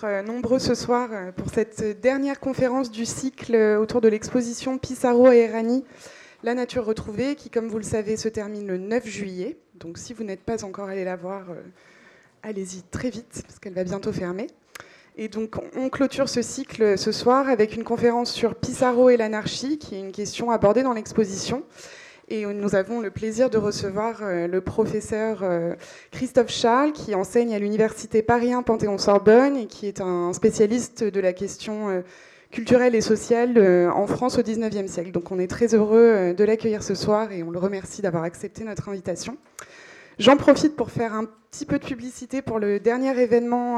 d'être nombreux ce soir pour cette dernière conférence du cycle autour de l'exposition Pissarro et Errani, La nature retrouvée, qui, comme vous le savez, se termine le 9 juillet. Donc si vous n'êtes pas encore allé la voir, allez-y très vite, parce qu'elle va bientôt fermer. Et donc on clôture ce cycle ce soir avec une conférence sur Pissarro et l'anarchie, qui est une question abordée dans l'exposition. Et nous avons le plaisir de recevoir le professeur Christophe Charles, qui enseigne à l'université Paris 1 Panthéon-Sorbonne et qui est un spécialiste de la question culturelle et sociale en France au XIXe siècle. Donc on est très heureux de l'accueillir ce soir et on le remercie d'avoir accepté notre invitation. J'en profite pour faire un petit peu de publicité pour le dernier événement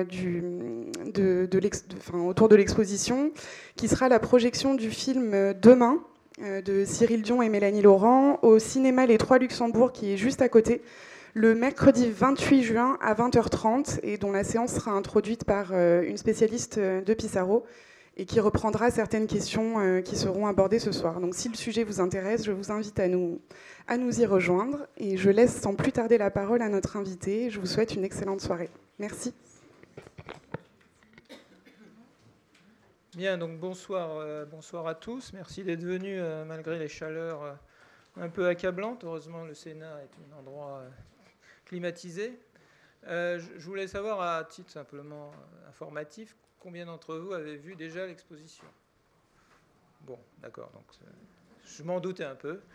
autour de l'exposition, qui sera la projection du film Demain, de Cyril Dion et Mélanie Laurent, au cinéma Les Trois Luxembourg, qui est juste à côté, le mercredi 28 juin à 20h30, et dont la séance sera introduite par une spécialiste de Pissarro, et qui reprendra certaines questions qui seront abordées ce soir. Donc si le sujet vous intéresse, je vous invite à nous y rejoindre, et je laisse sans plus tarder la parole à notre invité. Je vous souhaite une excellente soirée. Merci. Bien, donc bonsoir à tous. Merci d'être venus malgré les chaleurs un peu accablantes. Heureusement, le Sénat est un endroit climatisé. Je voulais savoir, à titre simplement informatif, combien d'entre vous avez vu déjà l'exposition ? Bon, d'accord, donc je m'en doutais un peu.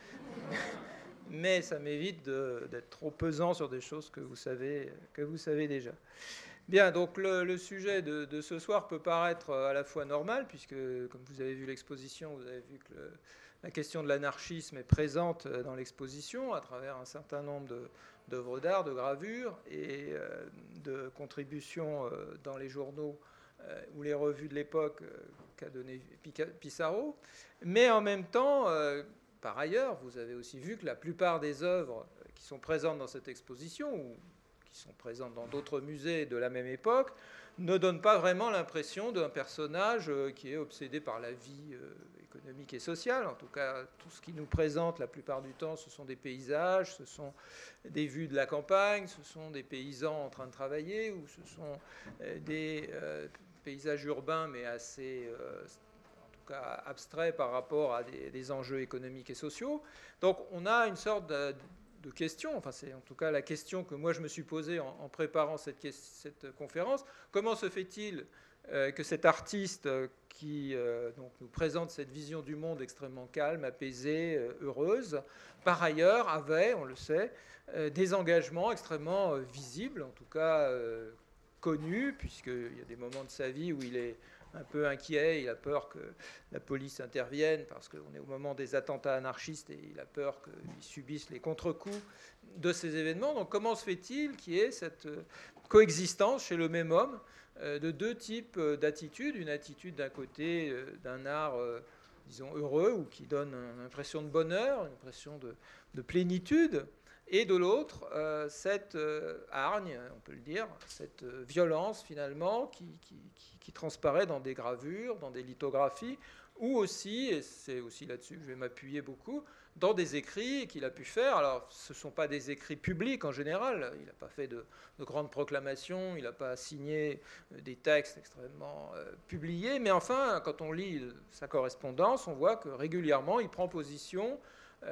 Mais ça m'évite d'être trop pesant sur des choses que vous savez déjà. Bien, donc le sujet de ce soir peut paraître à la fois normal, puisque, comme vous avez vu l'exposition, vous avez vu que la question de l'anarchisme est présente dans l'exposition à travers un certain nombre d'œuvres d'art, de gravures et de contributions dans les journaux ou les revues de l'époque qu'a donné Pissarro. Mais en même temps, par ailleurs, vous avez aussi vu que la plupart des œuvres qui sont présentes dans cette exposition, ou qui sont présentes dans d'autres musées de la même époque, ne donnent pas vraiment l'impression d'un personnage qui est obsédé par la vie économique et sociale. En tout cas, tout ce qui nous présente la plupart du temps, ce sont des paysages, ce sont des vues de la campagne, ce sont des paysans en train de travailler, ou ce sont des paysages urbains, mais assez abstrait par rapport à des enjeux économiques et sociaux. Donc on a une sorte de question, enfin c'est en tout cas la question que moi je me suis posée en préparant cette conférence. Comment se fait-il que cet artiste qui donc nous présente cette vision du monde extrêmement calme, apaisée, heureuse, par ailleurs avait, on le sait, des engagements extrêmement visibles, en tout cas connus, puisqu'il y a des moments de sa vie où il est un peu inquiet, il a peur que la police intervienne parce qu'on est au moment des attentats anarchistes et il a peur qu'ils subissent les contre-coups de ces événements. Donc comment se fait-il qu'il y ait cette coexistence chez le même homme de deux types d'attitudes ? Une attitude d'un côté d'un art, disons, heureux ou qui donne une impression de bonheur, une impression de plénitude, et de l'autre, cette hargne, on peut le dire, cette violence finalement qui transparaît dans des gravures, dans des lithographies, ou aussi, et c'est aussi là-dessus que je vais m'appuyer beaucoup, dans des écrits qu'il a pu faire. Alors, ce ne sont pas des écrits publics en général, il n'a pas fait de grandes proclamations, il n'a pas signé des textes extrêmement publiés, mais enfin, quand on lit sa correspondance, on voit que régulièrement, il prend position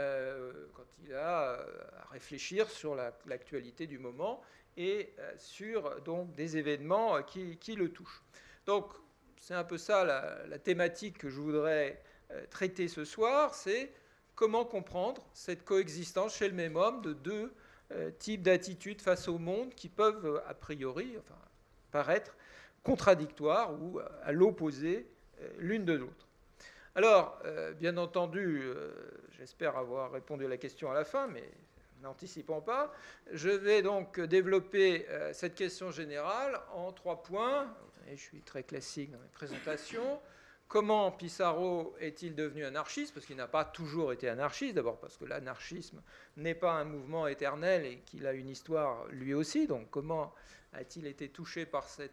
quand il a à réfléchir sur l'actualité du moment et sur donc, des événements qui le touchent. Donc, c'est un peu ça la thématique que je voudrais traiter ce soir, c'est comment comprendre cette coexistence chez le même homme de deux types d'attitudes face au monde qui peuvent, a priori, paraître contradictoires ou à l'opposé l'une de l'autre. Alors, bien entendu, j'espère avoir répondu à la question à la fin, mais n'anticipons pas. Je vais donc développer cette question générale en 3 points. Et je suis très classique dans mes présentations. Comment Pissarro est-il devenu anarchiste ? Parce qu'il n'a pas toujours été anarchiste. D'abord parce que l'anarchisme n'est pas un mouvement éternel et qu'il a une histoire lui aussi. Donc comment a-t-il été touché par ces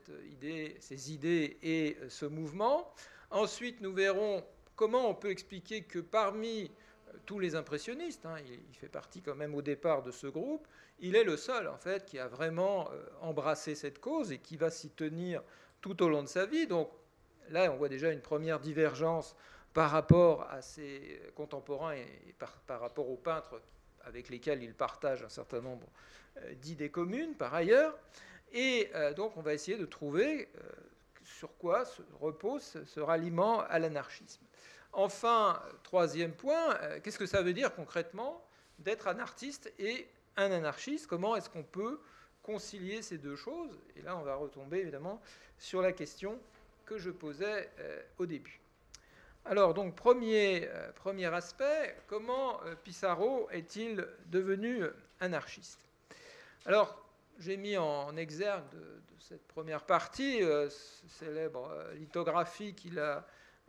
idées et ce mouvement ? Ensuite, nous verrons comment on peut expliquer que parmi tous les impressionnistes, il fait partie quand même au départ de ce groupe, il est le seul en fait qui a vraiment embrassé cette cause et qui va s'y tenir tout au long de sa vie. Donc là, on voit déjà une première divergence par rapport à ses contemporains et par rapport aux peintres avec lesquels il partage un certain nombre d'idées communes par ailleurs. Et donc on va essayer de trouver sur quoi repose ce ralliement à l'anarchisme. Enfin, troisième point, qu'est-ce que ça veut dire concrètement d'être un artiste et un anarchiste? Comment est-ce qu'on peut concilier ces deux choses? Et là, on va retomber évidemment sur la question que je posais au début. Alors, donc, premier aspect, comment Pissarro est-il devenu anarchiste? Alors, j'ai mis en exergue de cette première partie célèbre lithographie qu'il a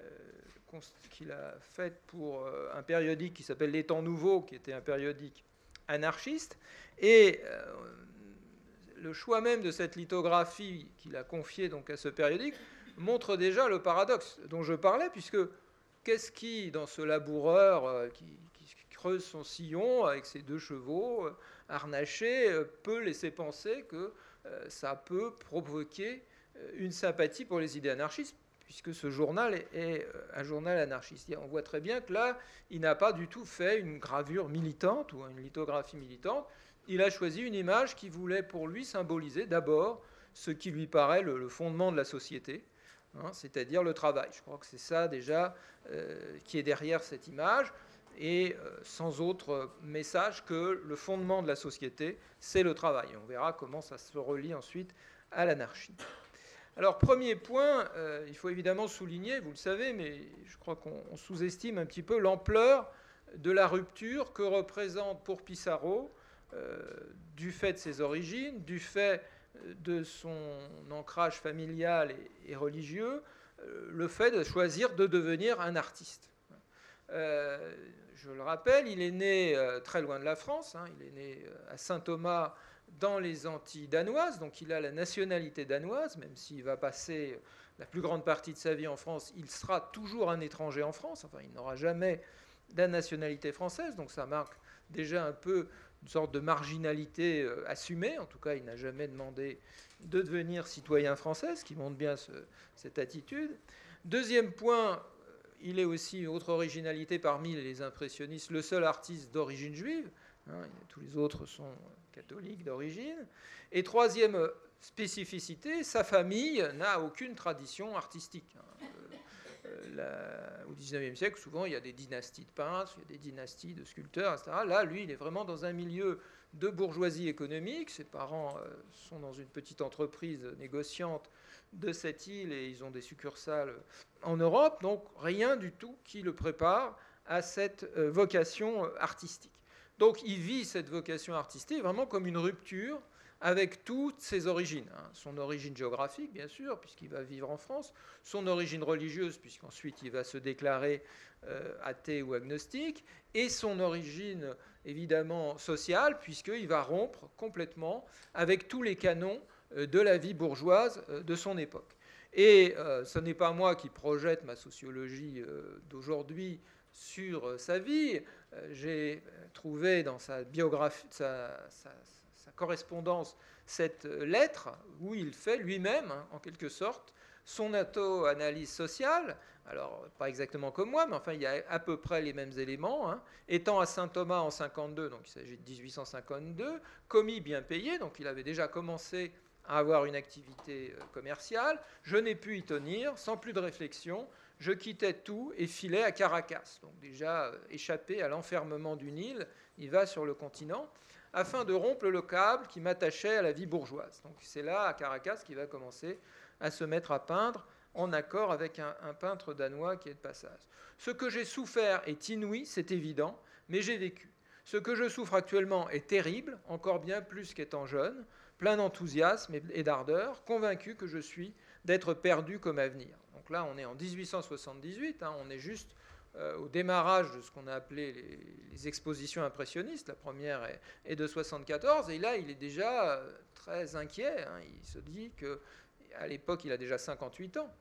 faite pour un périodique qui s'appelle Les Temps Nouveaux, qui était un périodique anarchiste. Et le choix même de cette lithographie qu'il a confiée donc à ce périodique montre déjà le paradoxe dont je parlais, puisque qu'est-ce qui, dans ce laboureur qui creuse son sillon avec ses 2 chevaux harnachés, peut laisser penser que ça peut provoquer une sympathie pour les idées anarchistes, puisque ce journal est un journal anarchiste. On voit très bien que là, il n'a pas du tout fait une gravure militante ou une lithographie militante. Il a choisi une image qui voulait pour lui symboliser d'abord ce qui lui paraît le fondement de la société, c'est-à-dire le travail. Je crois que c'est ça déjà qui est derrière cette image, et sans autre message que le fondement de la société, c'est le travail. On verra comment ça se relie ensuite à l'anarchie. Alors, premier point, il faut évidemment souligner, vous le savez, mais je crois qu'on sous-estime un petit peu l'ampleur de la rupture que représente pour Pissarro, du fait de ses origines, du fait de son ancrage familial et religieux, le fait de choisir de devenir un artiste. Je le rappelle, il est né très loin de la France, il est né à Saint-Thomas dans les Antilles danoises, donc il a la nationalité danoise, même s'il va passer la plus grande partie de sa vie en France, il sera toujours un étranger en France, enfin il n'aura jamais la nationalité française, donc ça marque déjà un peu une sorte de marginalité assumée. En tout cas, il n'a jamais demandé de devenir citoyen français, ce qui montre bien cette attitude. Deuxième point, il est aussi, autre originalité parmi les impressionnistes, le seul artiste d'origine juive. Tous les autres sont catholiques d'origine. Et troisième spécificité, sa famille n'a aucune tradition artistique. Au XIXe siècle, souvent, il y a des dynasties de peintres, il y a des dynasties de sculpteurs, etc. Là, lui, il est vraiment dans un milieu de bourgeoisie économique. Ses parents sont dans une petite entreprise négociante de cette île et ils ont des succursales en Europe. Donc, rien du tout qui le prépare à cette vocation artistique. Donc, il vit cette vocation artistique vraiment comme une rupture avec toutes ses origines. Son origine géographique, bien sûr, puisqu'il va vivre en France, son origine religieuse, puisqu'ensuite il va se déclarer athée ou agnostique, et son origine, évidemment, sociale, puisqu'il va rompre complètement avec tous les canons de la vie bourgeoise de son époque. Et ce n'est pas moi qui projette ma sociologie d'aujourd'hui sur sa vie. J'ai trouvé dans sa biographie, sa correspondance, cette lettre où il fait lui-même, en quelque sorte, son auto-analyse sociale. Alors, pas exactement comme moi, mais enfin, il y a à peu près les mêmes éléments. Étant à Saint-Thomas en 52, donc il s'agit de 1852, commis bien payé, donc il avait déjà commencé à avoir une activité commerciale. Je n'ai pu y tenir, sans plus de réflexion, je quittais tout et filais à Caracas. Donc déjà échappé à l'enfermement d'une île, il va sur le continent, afin de rompre le câble qui m'attachait à la vie bourgeoise. Donc c'est là, à Caracas, qu'il va commencer à se mettre à peindre, en accord avec un peintre danois qui est de passage. Ce que j'ai souffert est inouï, c'est évident, mais j'ai vécu. Ce que je souffre actuellement est terrible, encore bien plus qu'étant jeune, plein d'enthousiasme et d'ardeur, convaincu que je suis d'être perdu comme avenir. Donc là, on est en 1878, on est juste au démarrage de ce qu'on a appelé les expositions impressionnistes. La première est de 1974, et là, il est déjà très inquiet. Il se dit qu'à l'époque, il a déjà 58 ans.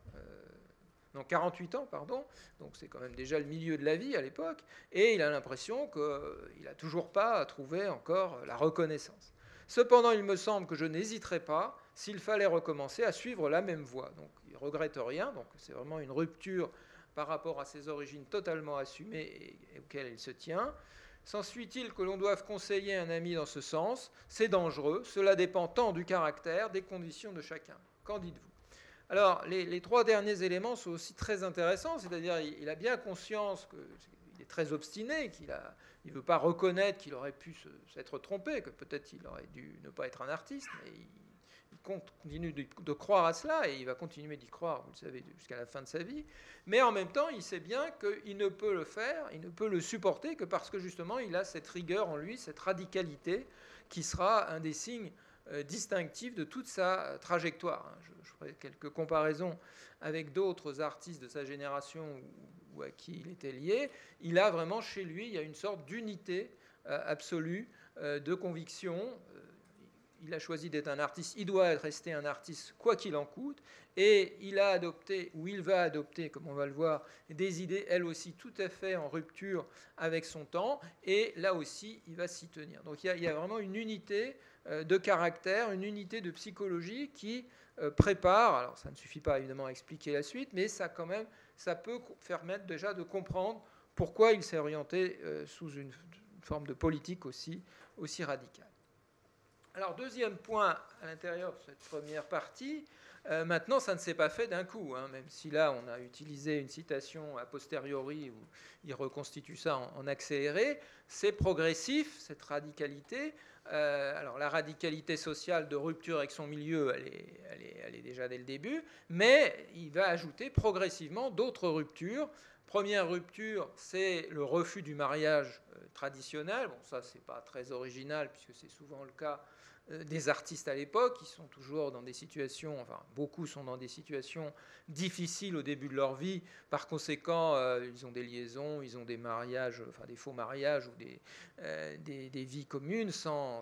Non, 48 ans, pardon. Donc c'est quand même déjà le milieu de la vie à l'époque. Et il a l'impression qu'il n'a toujours pas trouvé encore la reconnaissance. Cependant, il me semble que je n'hésiterais pas, s'il fallait recommencer, à suivre la même voie. Donc, il ne regrette rien, donc c'est vraiment une rupture par rapport à ses origines totalement assumées et auxquelles il se tient. S'ensuit-il que l'on doive conseiller un ami dans ce sens? C'est dangereux, cela dépend tant du caractère, des conditions de chacun. Qu'en dites-vous? Alors, les trois derniers éléments sont aussi très intéressants, c'est-à-dire il a bien conscience qu'il est très obstiné, qu'il ne veut pas reconnaître qu'il aurait pu s'être trompé, que peut-être il aurait dû ne pas être un artiste, mais il continue de croire à cela, et il va continuer d'y croire, vous le savez, jusqu'à la fin de sa vie. Mais en même temps, il sait bien qu'il ne peut le faire, il ne peut le supporter que parce que justement, il a cette rigueur en lui, cette radicalité, qui sera un des signes distinctifs de toute sa trajectoire. Je ferai quelques comparaisons avec d'autres artistes de sa génération ou à qui il était lié. Il a vraiment chez lui, il y a une sorte d'unité absolue, de conviction. Il a choisi d'être un artiste, il doit rester un artiste quoi qu'il en coûte, et il a adopté, ou il va adopter, comme on va le voir, des idées, elles aussi, tout à fait en rupture avec son temps, et là aussi, il va s'y tenir. Donc il y a vraiment une unité de caractère, une unité de psychologie qui prépare, alors ça ne suffit pas évidemment à expliquer la suite, mais ça quand même, ça peut permettre déjà de comprendre pourquoi il s'est orienté sous une forme de politique aussi radicale. Alors, deuxième point à l'intérieur de cette première partie, maintenant, ça ne s'est pas fait d'un coup, même si là, on a utilisé une citation a posteriori où il reconstitue ça en accéléré. C'est progressif, cette radicalité. Alors, la radicalité sociale de rupture avec son milieu, elle est déjà dès le début, mais il va ajouter progressivement d'autres ruptures. Première rupture, c'est le refus du mariage traditionnel. Bon, ça, c'est pas très original, puisque c'est souvent le cas des artistes à l'époque, qui sont toujours dans des situations, enfin beaucoup sont dans des situations difficiles au début de leur vie, par conséquent ils ont des liaisons, ils ont des mariages, enfin des faux mariages ou des vies communes sans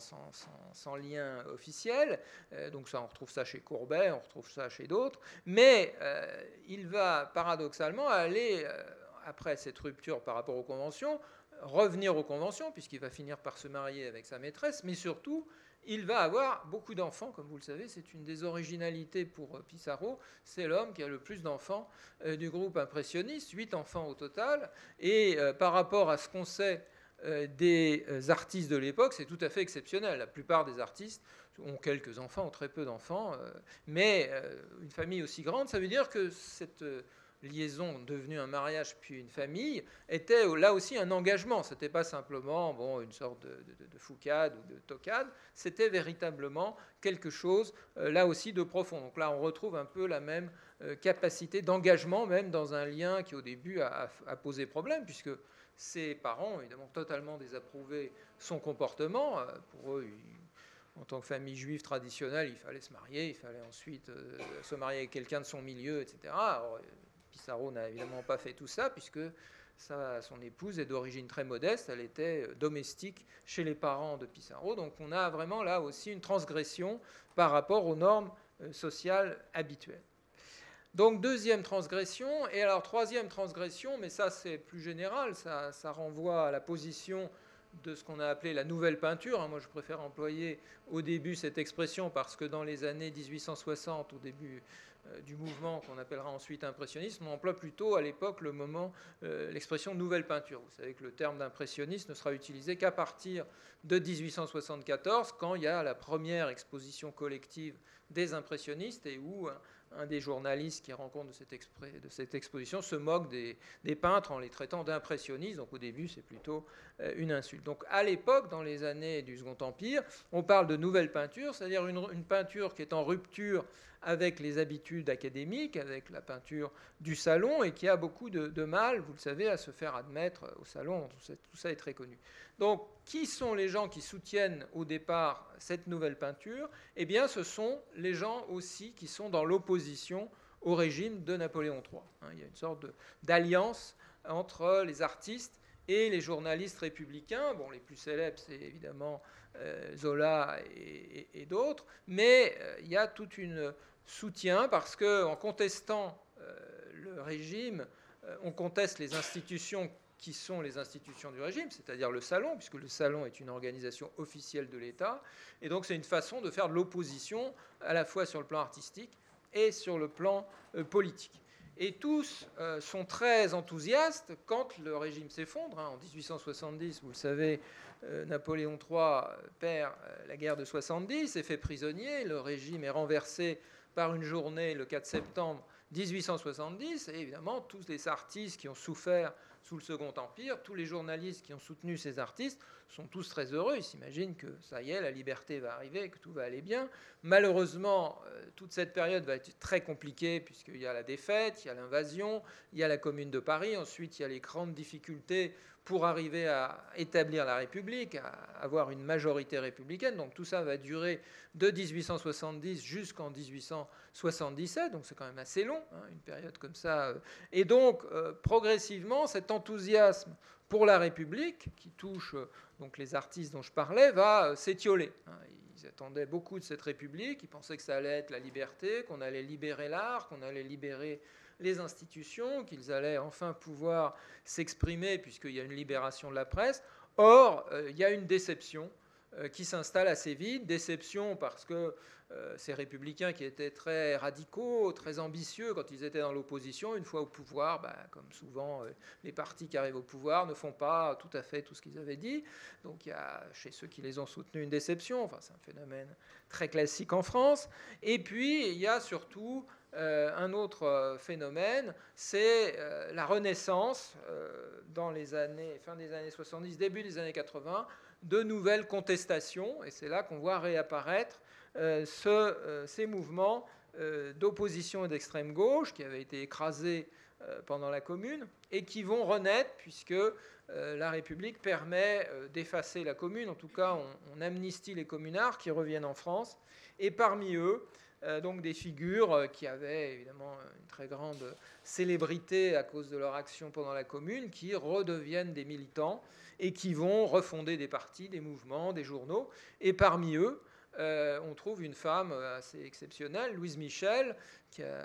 lien officiel, donc ça on retrouve ça chez Courbet, on retrouve ça chez d'autres, mais il va paradoxalement aller, après cette rupture par rapport aux conventions, revenir aux conventions, puisqu'il va finir par se marier avec sa maîtresse, mais surtout il va avoir beaucoup d'enfants, comme vous le savez, c'est une des originalités pour Pissarro, c'est l'homme qui a le plus d'enfants du groupe impressionniste, 8 enfants au total, et par rapport à ce qu'on sait des artistes de l'époque, c'est tout à fait exceptionnel. La plupart des artistes ont quelques enfants, ont très peu d'enfants, mais une famille aussi grande, ça veut dire que cette liaison devenue un mariage puis une famille, était là aussi un engagement. Ce n'était pas simplement une sorte de foucade ou de tocade, c'était véritablement quelque chose là aussi de profond. Donc là, on retrouve un peu la même capacité d'engagement, même dans un lien qui au début a posé problème, puisque ses parents, évidemment, totalement désapprouvaient son comportement. Pour eux, en tant que famille juive traditionnelle, il fallait se marier, il fallait ensuite se marier avec quelqu'un de son milieu, etc. Alors, Pissarro n'a évidemment pas fait tout ça, puisque son épouse est d'origine très modeste, elle était domestique chez les parents de Pissarro, donc on a vraiment là aussi une transgression par rapport aux normes sociales habituelles. Donc deuxième transgression, et alors troisième transgression, mais ça c'est plus général, ça renvoie à la position de ce qu'on a appelé la nouvelle peinture. Moi je préfère employer au début cette expression parce que dans les années 1860, au début du mouvement qu'on appellera ensuite impressionnisme, on emploie plutôt à l'époque l'expression nouvelle peinture. Vous savez que le terme d'impressionniste ne sera utilisé qu'à partir de 1874, quand il y a la première exposition collective des impressionnistes et où un des journalistes qui rend compte de cette exposition se moque des peintres en les traitant d'impressionnistes. Donc au début, c'est plutôt une insulte. Donc à l'époque, dans les années du Second Empire, on parle de nouvelle peinture, c'est-à-dire une peinture qui est en rupture avec les habitudes académiques, avec la peinture du salon, et qui a beaucoup de mal, vous le savez, à se faire admettre au salon. Tout ça est très connu. Donc, qui sont les gens qui soutiennent au départ cette nouvelle peinture? Eh bien, ce sont les gens aussi qui sont dans l'opposition au régime de Napoléon III. Il y a une sorte d'alliance entre les artistes et les journalistes républicains. Bon, les plus célèbres, c'est évidemment Zola et d'autres, mais il y a tout un soutien parce qu'en contestant le régime, on conteste les institutions qui sont les institutions du régime, c'est-à-dire le salon, puisque le salon est une organisation officielle de l'État. Et donc c'est une façon de faire de l'opposition à la fois sur le plan artistique et sur le plan politique. Et tous sont très enthousiastes quand le régime s'effondre. En 1870, vous le savez, Napoléon III perd la guerre de 70, est fait prisonnier, le régime est renversé par une journée le 4 septembre 1870, et évidemment, tous les artistes qui ont souffert sous le Second Empire, tous les journalistes qui ont soutenu ces artistes sont tous très heureux. Ils s'imaginent que ça y est, la liberté va arriver, que tout va aller bien. Malheureusement, toute cette période va être très compliquée puisqu'il y a la défaite, il y a l'invasion, il y a la Commune de Paris, ensuite il y a les grandes difficultés pour arriver à établir la République, à avoir une majorité républicaine. Donc tout ça va durer de 1870 jusqu'en 1877, donc c'est quand même assez long, une période comme ça. Et donc, progressivement, cet enthousiasme pour la République, qui touche donc les artistes dont je parlais, va s'étioler. Ils attendaient beaucoup de cette République, ils pensaient que ça allait être la liberté, qu'on allait libérer l'art, qu'on allait libérer les institutions, qu'ils allaient enfin pouvoir s'exprimer puisqu'il y a une libération de la presse. Or, il y a une déception qui s'installe assez vite. Déception parce que ces républicains qui étaient très radicaux, très ambitieux quand ils étaient dans l'opposition, une fois au pouvoir, comme souvent les partis qui arrivent au pouvoir ne font pas tout à fait tout ce qu'ils avaient dit. Donc il y a chez ceux qui les ont soutenus une déception. Enfin, c'est un phénomène très classique en France. Et puis il y a surtout un autre phénomène, c'est la Renaissance dans les années, fin des années 70, début des années 80, de nouvelles contestations, et c'est là qu'on voit réapparaître ces mouvements d'opposition et d'extrême gauche qui avaient été écrasés pendant la Commune et qui vont renaître puisque la République permet d'effacer la Commune. En tout cas, on amnistie les communards qui reviennent en France, et parmi eux, donc des figures qui avaient évidemment une très grande célébrité à cause de leur action pendant la Commune, qui redeviennent des militants et qui vont refonder des partis, des mouvements, des journaux. Et parmi eux, on trouve une femme assez exceptionnelle, Louise Michel, qui a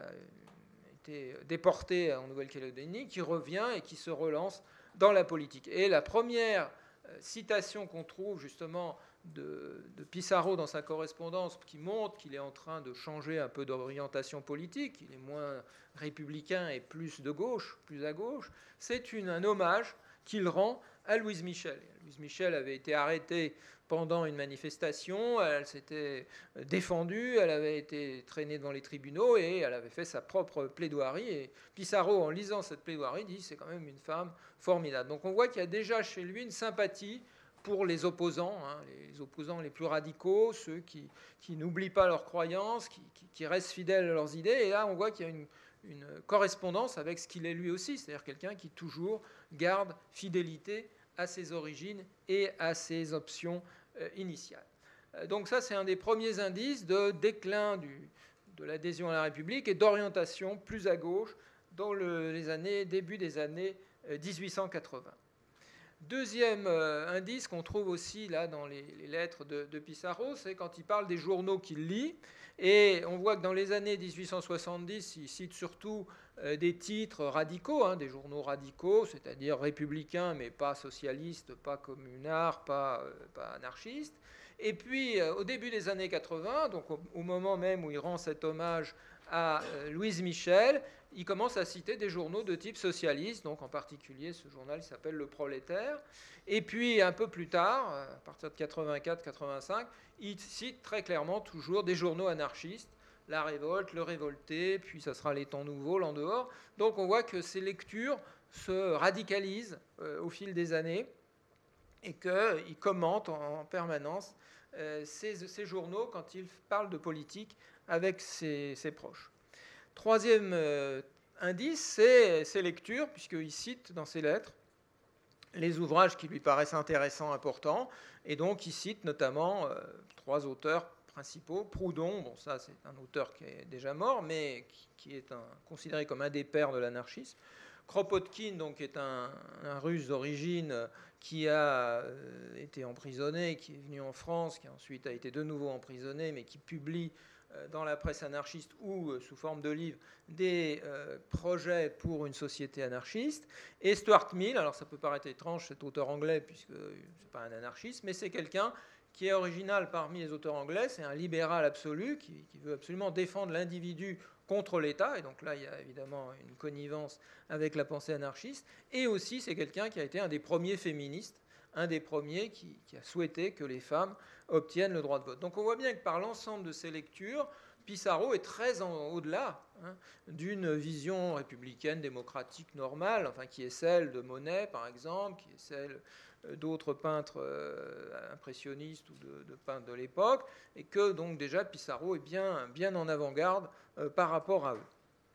été déportée en Nouvelle-Calédonie, qui revient et qui se relance dans la politique. Et la première citation qu'on trouve justement de Pissarro dans sa correspondance, qui montre qu'il est en train de changer un peu d'orientation politique, il est moins républicain et plus de gauche, plus à gauche, c'est un hommage qu'il rend à Louise Michel. Louise Michel avait été arrêtée pendant une manifestation, elle s'était défendue, elle avait été traînée devant les tribunaux et elle avait fait sa propre plaidoirie. Et Pissarro, en lisant cette plaidoirie, dit c'est quand même une femme formidable. Donc on voit qu'il y a déjà chez lui une sympathie pour les opposants les plus radicaux, ceux qui n'oublient pas leurs croyances, qui restent fidèles à leurs idées. Et là, on voit qu'il y a une correspondance avec ce qu'il est lui aussi, c'est-à-dire quelqu'un qui toujours garde fidélité à ses origines et à ses options initiales. Donc ça, c'est un des premiers indices de déclin de l'adhésion à la République et d'orientation plus à gauche dans début des années 1880. Deuxième indice qu'on trouve aussi là dans les lettres de Pissarro, c'est quand il parle des journaux qu'il lit. Et on voit que dans les années 1870, il cite surtout des titres radicaux, des journaux radicaux, c'est-à-dire républicains, mais pas socialistes, pas communards, pas anarchistes. Et puis, au début des années 80, donc au moment même où il rend cet hommage à Louise Michel, il commence à citer des journaux de type socialiste, donc en particulier ce journal qui s'appelle Le Prolétaire. Et puis un peu plus tard, à partir de 84-85, il cite très clairement toujours des journaux anarchistes, La Révolte, Le Révolté, puis ça sera Les Temps Nouveaux, L'En Dehors. Donc on voit que ces lectures se radicalisent au fil des années et qu'il commente en permanence ces journaux quand il parle de politique avec ses proches. Troisième indice, c'est ses lectures, puisqu'il cite dans ses lettres les ouvrages qui lui paraissent intéressants, importants, et donc il cite notamment 3 auteurs principaux. Proudhon, bon ça c'est un auteur qui est déjà mort, mais qui est considéré comme un des pères de l'anarchisme. Kropotkin, donc, est un Russe d'origine qui a été emprisonné, qui est venu en France, qui ensuite a été de nouveau emprisonné, mais qui publie dans la presse anarchiste ou sous forme de livres des projets pour une société anarchiste. Et Stuart Mill, alors ça peut paraître étrange, cet auteur anglais, puisque ce n'est pas un anarchiste, mais c'est quelqu'un qui est original parmi les auteurs anglais, c'est un libéral absolu qui veut absolument défendre l'individu contre l'État, et donc là il y a évidemment une connivence avec la pensée anarchiste, et aussi c'est quelqu'un qui a été un des premiers féministes, un des premiers qui a souhaité que les femmes obtiennent le droit de vote. Donc on voit bien que par l'ensemble de ces lectures, Pissarro est très au-delà d'une vision républicaine, démocratique, normale, enfin, qui est celle de Monet, par exemple, qui est celle d'autres peintres impressionnistes ou de peintres de l'époque, et que donc déjà Pissarro est bien en avant-garde par rapport à eux.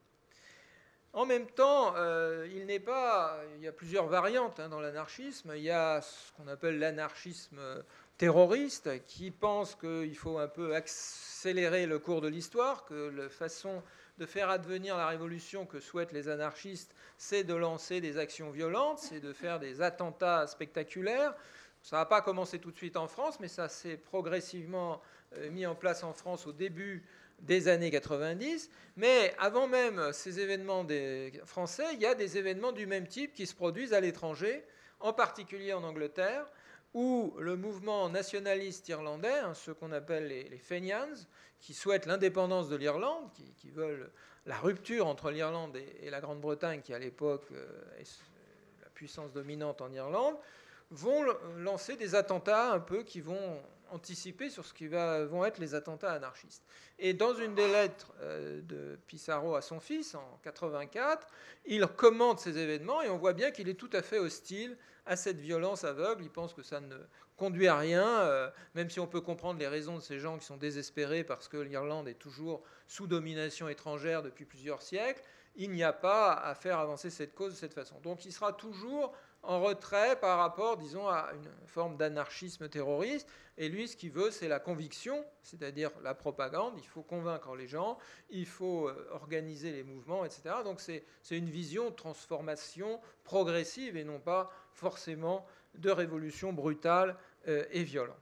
En même temps, il y a plusieurs variantes dans l'anarchisme. Il y a ce qu'on appelle l'anarchisme terroriste, qui pense qu'il faut un peu accélérer le cours de l'histoire, que la façon de faire advenir la révolution que souhaitent les anarchistes, c'est de lancer des actions violentes, c'est de faire des attentats spectaculaires. Ça n'a pas commencé tout de suite en France, mais ça s'est progressivement mis en place en France au début des années 90, mais avant même ces événements des Français, il y a des événements du même type qui se produisent à l'étranger, en particulier en Angleterre, où le mouvement nationaliste irlandais, ce qu'on appelle les Fenians, qui souhaitent l'indépendance de l'Irlande, qui veulent la rupture entre l'Irlande et la Grande-Bretagne, qui à l'époque est la puissance dominante en Irlande, vont lancer des attentats un peu qui vont anticiper sur ce qui vont être les attentats anarchistes. Et dans une des lettres de Pissarro à son fils, en 84, il commente ces événements et on voit bien qu'il est tout à fait hostile à cette violence aveugle. Il pense que ça ne conduit à rien, même si on peut comprendre les raisons de ces gens qui sont désespérés parce que l'Irlande est toujours sous domination étrangère depuis plusieurs siècles. Il n'y a pas à faire avancer cette cause de cette façon. Donc il sera toujours en retrait par rapport, disons, à une forme d'anarchisme terroriste. Et lui, ce qu'il veut, c'est la conviction, c'est-à-dire la propagande. Il faut convaincre les gens, il faut organiser les mouvements, etc. Donc c'est une vision de transformation progressive et non pas forcément de révolution brutale et violente.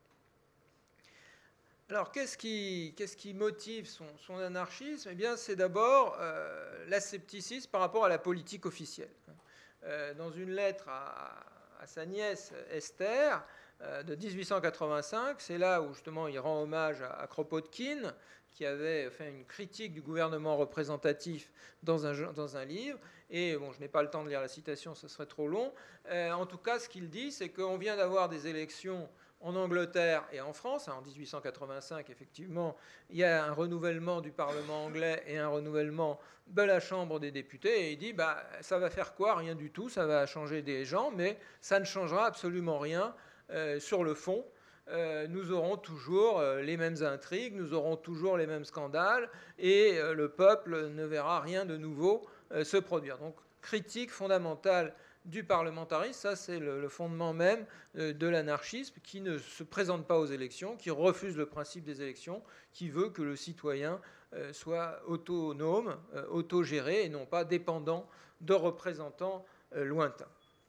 Alors, qu'est-ce qui motive son anarchisme ? Eh bien, c'est d'abord l'ascepticisme par rapport à la politique officielle. Dans une lettre à sa nièce Esther de 1885, c'est là où justement il rend hommage à Kropotkin, qui avait fait une critique du gouvernement représentatif dans un livre. Et bon, je n'ai pas le temps de lire la citation, ce serait trop long. En tout cas, ce qu'il dit, c'est qu'on vient d'avoir des élections en Angleterre et en France. En 1885, effectivement, il y a un renouvellement du Parlement anglais et un renouvellement de la Chambre des députés. Et il dit, ça va faire quoi ? Rien du tout, ça va changer des gens, mais ça ne changera absolument rien sur le fond. Nous aurons toujours les mêmes intrigues, nous aurons toujours les mêmes scandales, et le peuple ne verra rien de nouveau se produire. Donc, critique fondamentale du parlementarisme, ça c'est le fondement même de l'anarchisme, qui ne se présente pas aux élections, qui refuse le principe des élections, qui veut que le citoyen soit autonome, autogéré, et non pas dépendant de représentants lointains.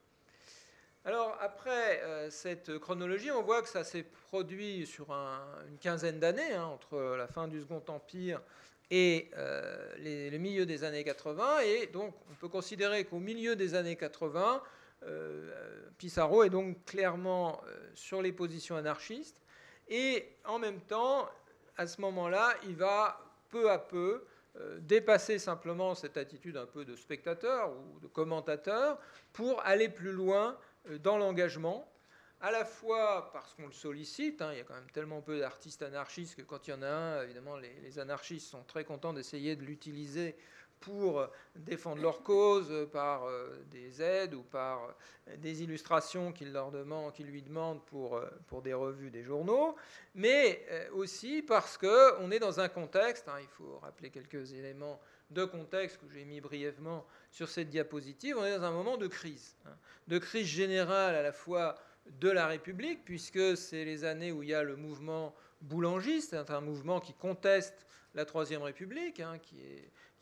Alors après cette chronologie, on voit que ça s'est produit sur une quinzaine d'années, entre la fin du Second Empire et le milieu des années 80, et donc on peut considérer qu'au milieu des années 80, Pissarro est donc clairement sur les positions anarchistes, et en même temps, à ce moment-là, il va peu à peu dépasser simplement cette attitude un peu de spectateur ou de commentateur pour aller plus loin dans l'engagement, à la fois parce qu'on le sollicite, il y a quand même tellement peu d'artistes anarchistes que quand il y en a un, évidemment, les anarchistes sont très contents d'essayer de l'utiliser pour défendre leur cause par des aides ou par des illustrations qu'ils lui demandent pour des revues, des journaux, mais aussi parce qu'on est dans un contexte, il faut rappeler quelques éléments de contexte que j'ai mis brièvement sur cette diapositive, on est dans un moment de crise générale à la fois de la République, puisque c'est les années où il y a le mouvement boulangiste, un mouvement qui conteste la Troisième République, qui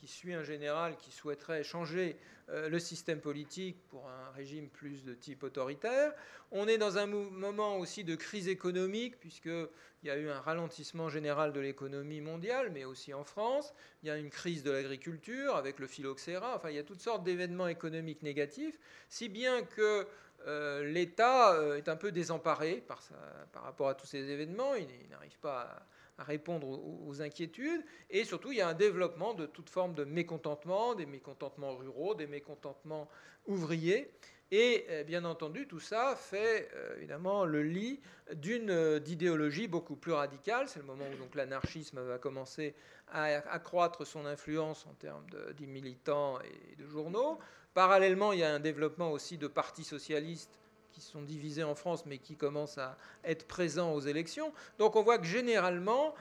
qui suit un général qui souhaiterait changer le système politique pour un régime plus de type autoritaire. On est dans un moment aussi de crise économique, puisqu'il y a eu un ralentissement général de l'économie mondiale, mais aussi en France. Il y a une crise de l'agriculture avec le phylloxéra. Enfin, il y a toutes sortes d'événements économiques négatifs, si bien que l'État est un peu désemparé par rapport à tous ces événements. Il n'arrive pas à répondre aux inquiétudes. Et surtout, il y a un développement de toute forme de mécontentement, des mécontentements ruraux, des mécontentements ouvriers. Et bien entendu, tout ça fait évidemment le lit d'idéologie beaucoup plus radicale. C'est le moment où donc l'anarchisme va commencer à accroître son influence en termes de militants et de journaux. Parallèlement, il y a un développement aussi de partis socialistes qui sont divisés en France, mais qui commencent à être présents aux élections. Donc on voit que généralement,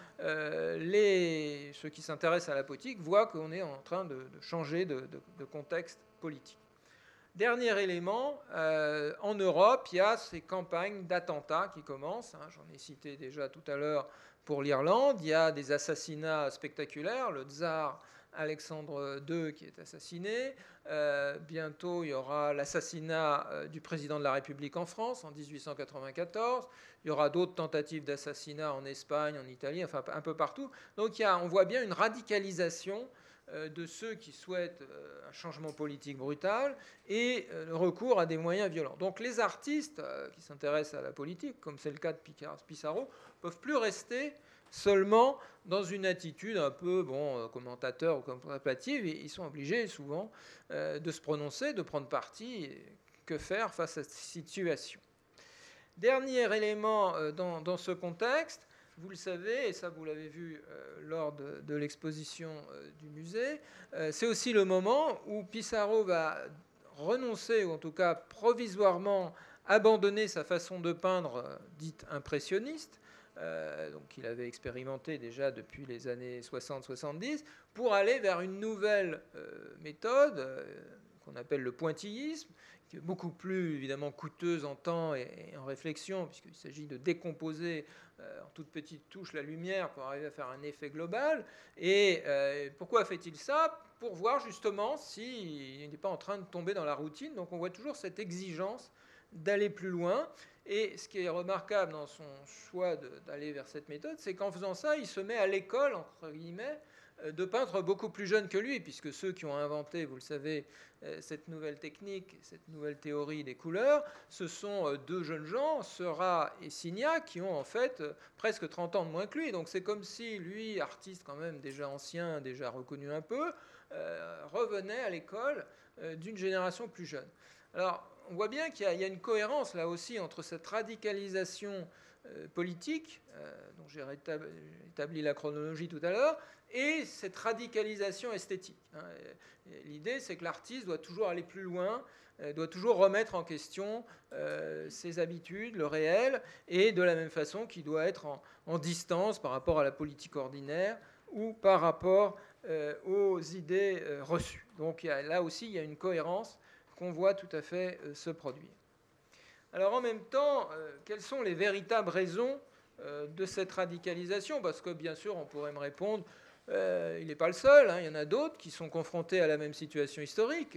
ceux qui s'intéressent à la politique voient qu'on est en train de changer de contexte politique. Dernier élément, en Europe, il y a ces campagnes d'attentats qui commencent. J'en ai cité déjà tout à l'heure pour l'Irlande. Il y a des assassinats spectaculaires. Le tsar Alexandre II qui est assassiné. Bientôt, il y aura l'assassinat du président de la République en France en 1894. Il y aura d'autres tentatives d'assassinat en Espagne, en Italie, enfin un peu partout. Donc on voit bien une radicalisation de ceux qui souhaitent un changement politique brutal et le recours à des moyens violents. Donc les artistes qui s'intéressent à la politique, comme c'est le cas de Pissarro, ne peuvent plus rester seulement dans une attitude un peu commentateur ou contemplative. Ils sont obligés souvent de se prononcer, de prendre parti. Que faire face à cette situation ? Dernier élément dans ce contexte, vous le savez, et ça vous l'avez vu lors de l'exposition du musée, c'est aussi le moment où Pissarro va renoncer, ou en tout cas provisoirement abandonner sa façon de peindre dite impressionniste, donc qu'il avait expérimenté déjà depuis les années 60-70, pour aller vers une nouvelle méthode qu'on appelle le pointillisme, qui est beaucoup plus évidemment coûteuse en temps et en réflexion, puisqu'il s'agit de décomposer en toutes petites touches la lumière pour arriver à faire un effet global. Et pourquoi fait-il ça ? Pour voir justement s'il n'est pas en train de tomber dans la routine. Donc on voit toujours cette exigence d'aller plus loin. Et ce qui est remarquable dans son choix d'aller vers cette méthode, c'est qu'en faisant ça, il se met à l'école, entre guillemets, de peintres beaucoup plus jeunes que lui, puisque ceux qui ont inventé, vous le savez, cette nouvelle technique, cette nouvelle théorie des couleurs, ce sont deux jeunes gens, Seurat et Signac, qui ont en fait presque 30 ans de moins que lui. Donc c'est comme si lui, artiste quand même déjà ancien, déjà reconnu un peu, revenait à l'école d'une génération plus jeune. Alors on voit bien qu'il y a une cohérence là aussi entre cette radicalisation politique, dont j'ai établi la chronologie tout à l'heure, et cette radicalisation esthétique. L'idée, c'est que l'artiste doit toujours aller plus loin, doit toujours remettre en question ses habitudes, le réel, et de la même façon qu'il doit être en distance par rapport à la politique ordinaire ou par rapport aux idées reçues. Donc là aussi, il y a une cohérence qu'on voit tout à fait se produire. Alors en même temps, quelles sont les véritables raisons de cette radicalisation ? Parce que bien sûr, on pourrait me répondre, il n'est pas le seul, il y en a d'autres qui sont confrontés à la même situation historique.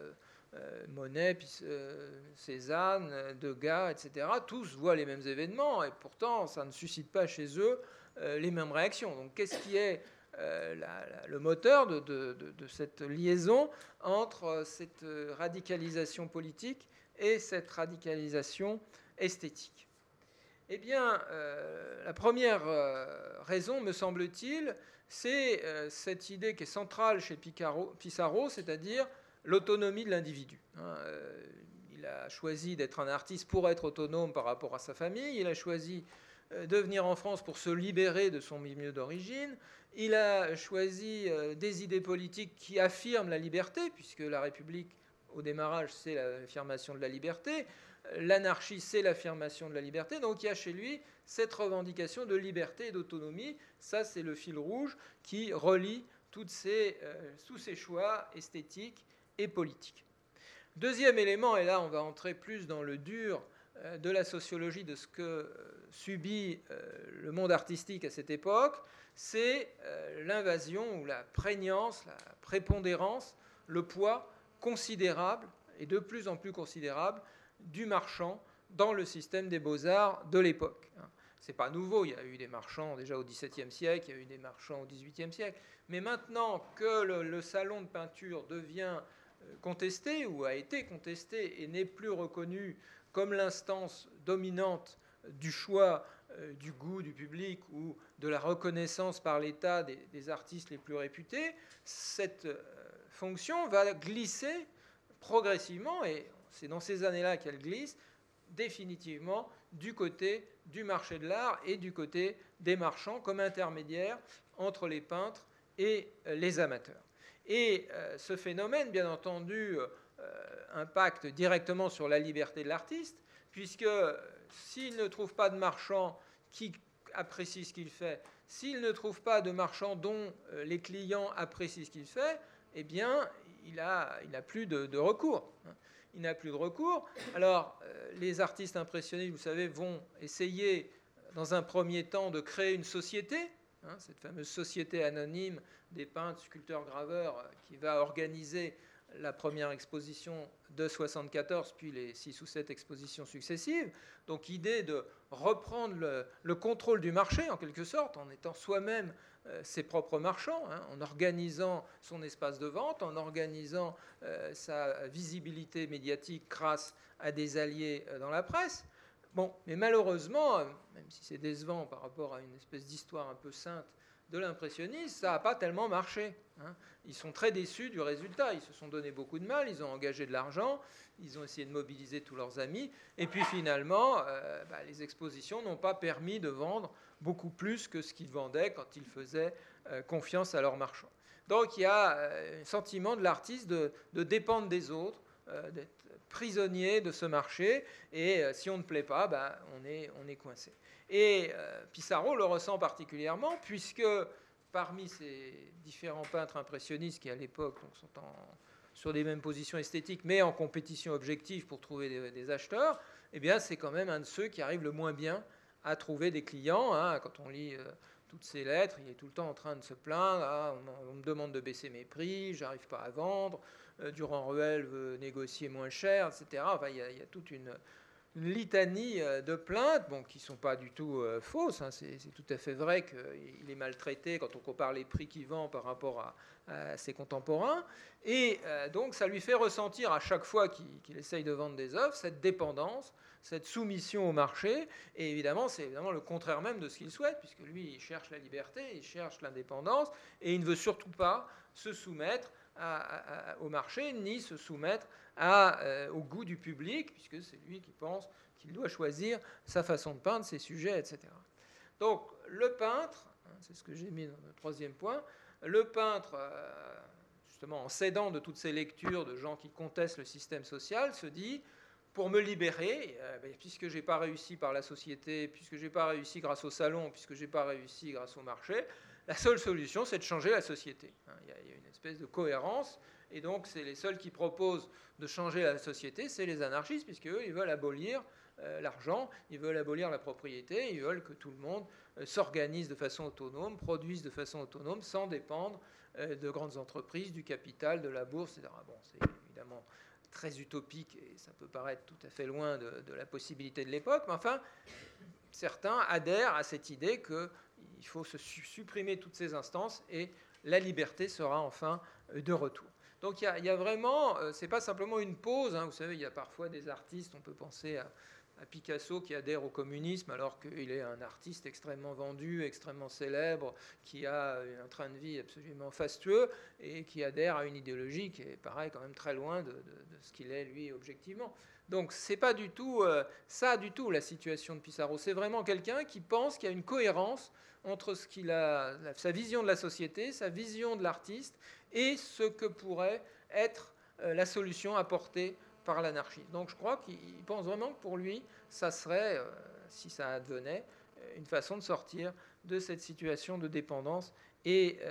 Monet, Cézanne, Degas, etc. Tous voient les mêmes événements et pourtant ça ne suscite pas chez eux les mêmes réactions. Donc qu'est-ce qui est le moteur de cette liaison entre cette radicalisation politique et cette radicalisation esthétique ? Eh bien, la première raison, me semble-t-il, c'est cette idée qui est centrale chez Pissarro, c'est-à-dire l'autonomie de l'individu. Il a choisi d'être un artiste pour être autonome par rapport à sa famille, il a choisi de venir en France pour se libérer de son milieu d'origine, il a choisi des idées politiques qui affirment la liberté, puisque la République, au démarrage, c'est l'affirmation de la liberté, l'anarchie, c'est l'affirmation de la liberté, donc il y a chez lui cette revendication de liberté et d'autonomie. Ça, c'est le fil rouge qui relie tous ces choix esthétiques et politiques. Deuxième élément, et là on va entrer plus dans le dur de la sociologie de ce que subit le monde artistique à cette époque, c'est l'invasion ou la prégnance, la prépondérance, le poids considérable et de plus en plus considérable du marchand dans le système des beaux-arts de l'époque. Ce n'est pas nouveau, il y a eu des marchands déjà au XVIIe siècle, il y a eu des marchands au XVIIIe siècle, mais maintenant que le salon de peinture devient contesté ou a été contesté et n'est plus reconnu comme l'instance dominante du choix du goût du public ou de la reconnaissance par l'État des artistes les plus réputés, cette fonction va glisser progressivement, et c'est dans ces années-là qu'elle glisse, définitivement du côté du marché de l'art et du côté des marchands comme intermédiaires entre les peintres et les amateurs. Et ce phénomène, bien entendu, impacte directement sur la liberté de l'artiste, puisque s'il ne trouve pas de marchand qui apprécie ce qu'il fait, s'il ne trouve pas de marchand dont les clients apprécient ce qu'il fait, eh bien, il n'a plus de recours. Il n'a plus de recours. Alors, les artistes impressionnistes, vous savez, vont essayer, dans un premier temps, de créer une société, cette fameuse société anonyme des peintres, sculpteurs, graveurs, qui va organiser la première exposition de 1974, puis les 6 ou 7 expositions successives. Donc, idée de reprendre le contrôle du marché, en quelque sorte, en étant soi-même ses propres marchands, en organisant son espace de vente, en organisant sa visibilité médiatique grâce à des alliés dans la presse. Bon, mais malheureusement, même si c'est décevant par rapport à une espèce d'histoire un peu sainte de l'impressionnisme, ça n'a pas tellement marché. Ils sont très déçus du résultat. Ils se sont donné beaucoup de mal, ils ont engagé de l'argent, ils ont essayé de mobiliser tous leurs amis, et puis finalement, les expositions n'ont pas permis de vendre beaucoup plus que ce qu'ils vendaient quand ils faisaient confiance à leurs marchands. Donc il y a un sentiment de l'artiste de dépendre des autres, d'être prisonnier de ce marché, et si on ne plaît pas, on est coincé. Et Pissarro le ressent particulièrement, puisque parmi ces différents peintres impressionnistes qui, à l'époque, sont sur les mêmes positions esthétiques, mais en compétition objective pour trouver des acheteurs, eh bien, c'est quand même un de ceux qui arrive le moins bien à trouver des clients. Quand on lit toutes ces lettres, il est tout le temps en train de se plaindre. On me demande de baisser mes prix, j'arrive pas à vendre. Durand-Ruel veut négocier moins cher, etc. Enfin, il y a toute une litanie de plaintes, qui ne sont pas du tout fausses. C'est tout à fait vrai qu'il est maltraité quand on compare les prix qu'il vend par rapport à ses contemporains. Et donc, ça lui fait ressentir à chaque fois qu'il essaye de vendre des œuvres cette dépendance, cette soumission au marché. Et évidemment, c'est évidemment le contraire même de ce qu'il souhaite, puisque lui, il cherche la liberté, il cherche l'indépendance, et il ne veut surtout pas se soumettre au marché, ni se soumettre au goût du public, puisque c'est lui qui pense qu'il doit choisir sa façon de peindre, ses sujets, etc. Donc le peintre, c'est ce que j'ai mis dans le troisième point, le peintre, justement en s'aidant de toutes ces lectures de gens qui contestent le système social, se dit, pour me libérer, puisque je n'ai pas réussi par la société, puisque je n'ai pas réussi grâce au salon, puisque je n'ai pas réussi grâce au marché, la seule solution, c'est de changer la société. Il y a une espèce de cohérence, et donc c'est les seuls qui proposent de changer la société, c'est les anarchistes, puisqu'eux, ils veulent abolir l'argent, ils veulent abolir la propriété, ils veulent que tout le monde s'organise de façon autonome, produise de façon autonome, sans dépendre de grandes entreprises, du capital, de la bourse, etc. Bon, c'est évidemment très utopique, et ça peut paraître tout à fait loin de la possibilité de l'époque, mais enfin, certains adhèrent à cette idée qu'il faut se supprimer toutes ces instances et la liberté sera enfin de retour. Donc il y a vraiment, c'est pas simplement une pause, vous savez, il y a parfois des artistes, on peut penser à Picasso qui adhère au communisme alors qu'il est un artiste extrêmement vendu, extrêmement célèbre, qui a un train de vie absolument fastueux et qui adhère à une idéologie qui est pareil quand même très loin de ce qu'il est lui objectivement. Donc c'est pas du tout ça du tout la situation de Pissarro. C'est vraiment quelqu'un qui pense qu'il y a une cohérence entre ce qu'il a, sa vision de la société, sa vision de l'artiste et ce que pourrait être la solution apportée par l'anarchie. Donc je crois qu'il pense vraiment que pour lui, ça serait, si ça advenait, une façon de sortir de cette situation de dépendance et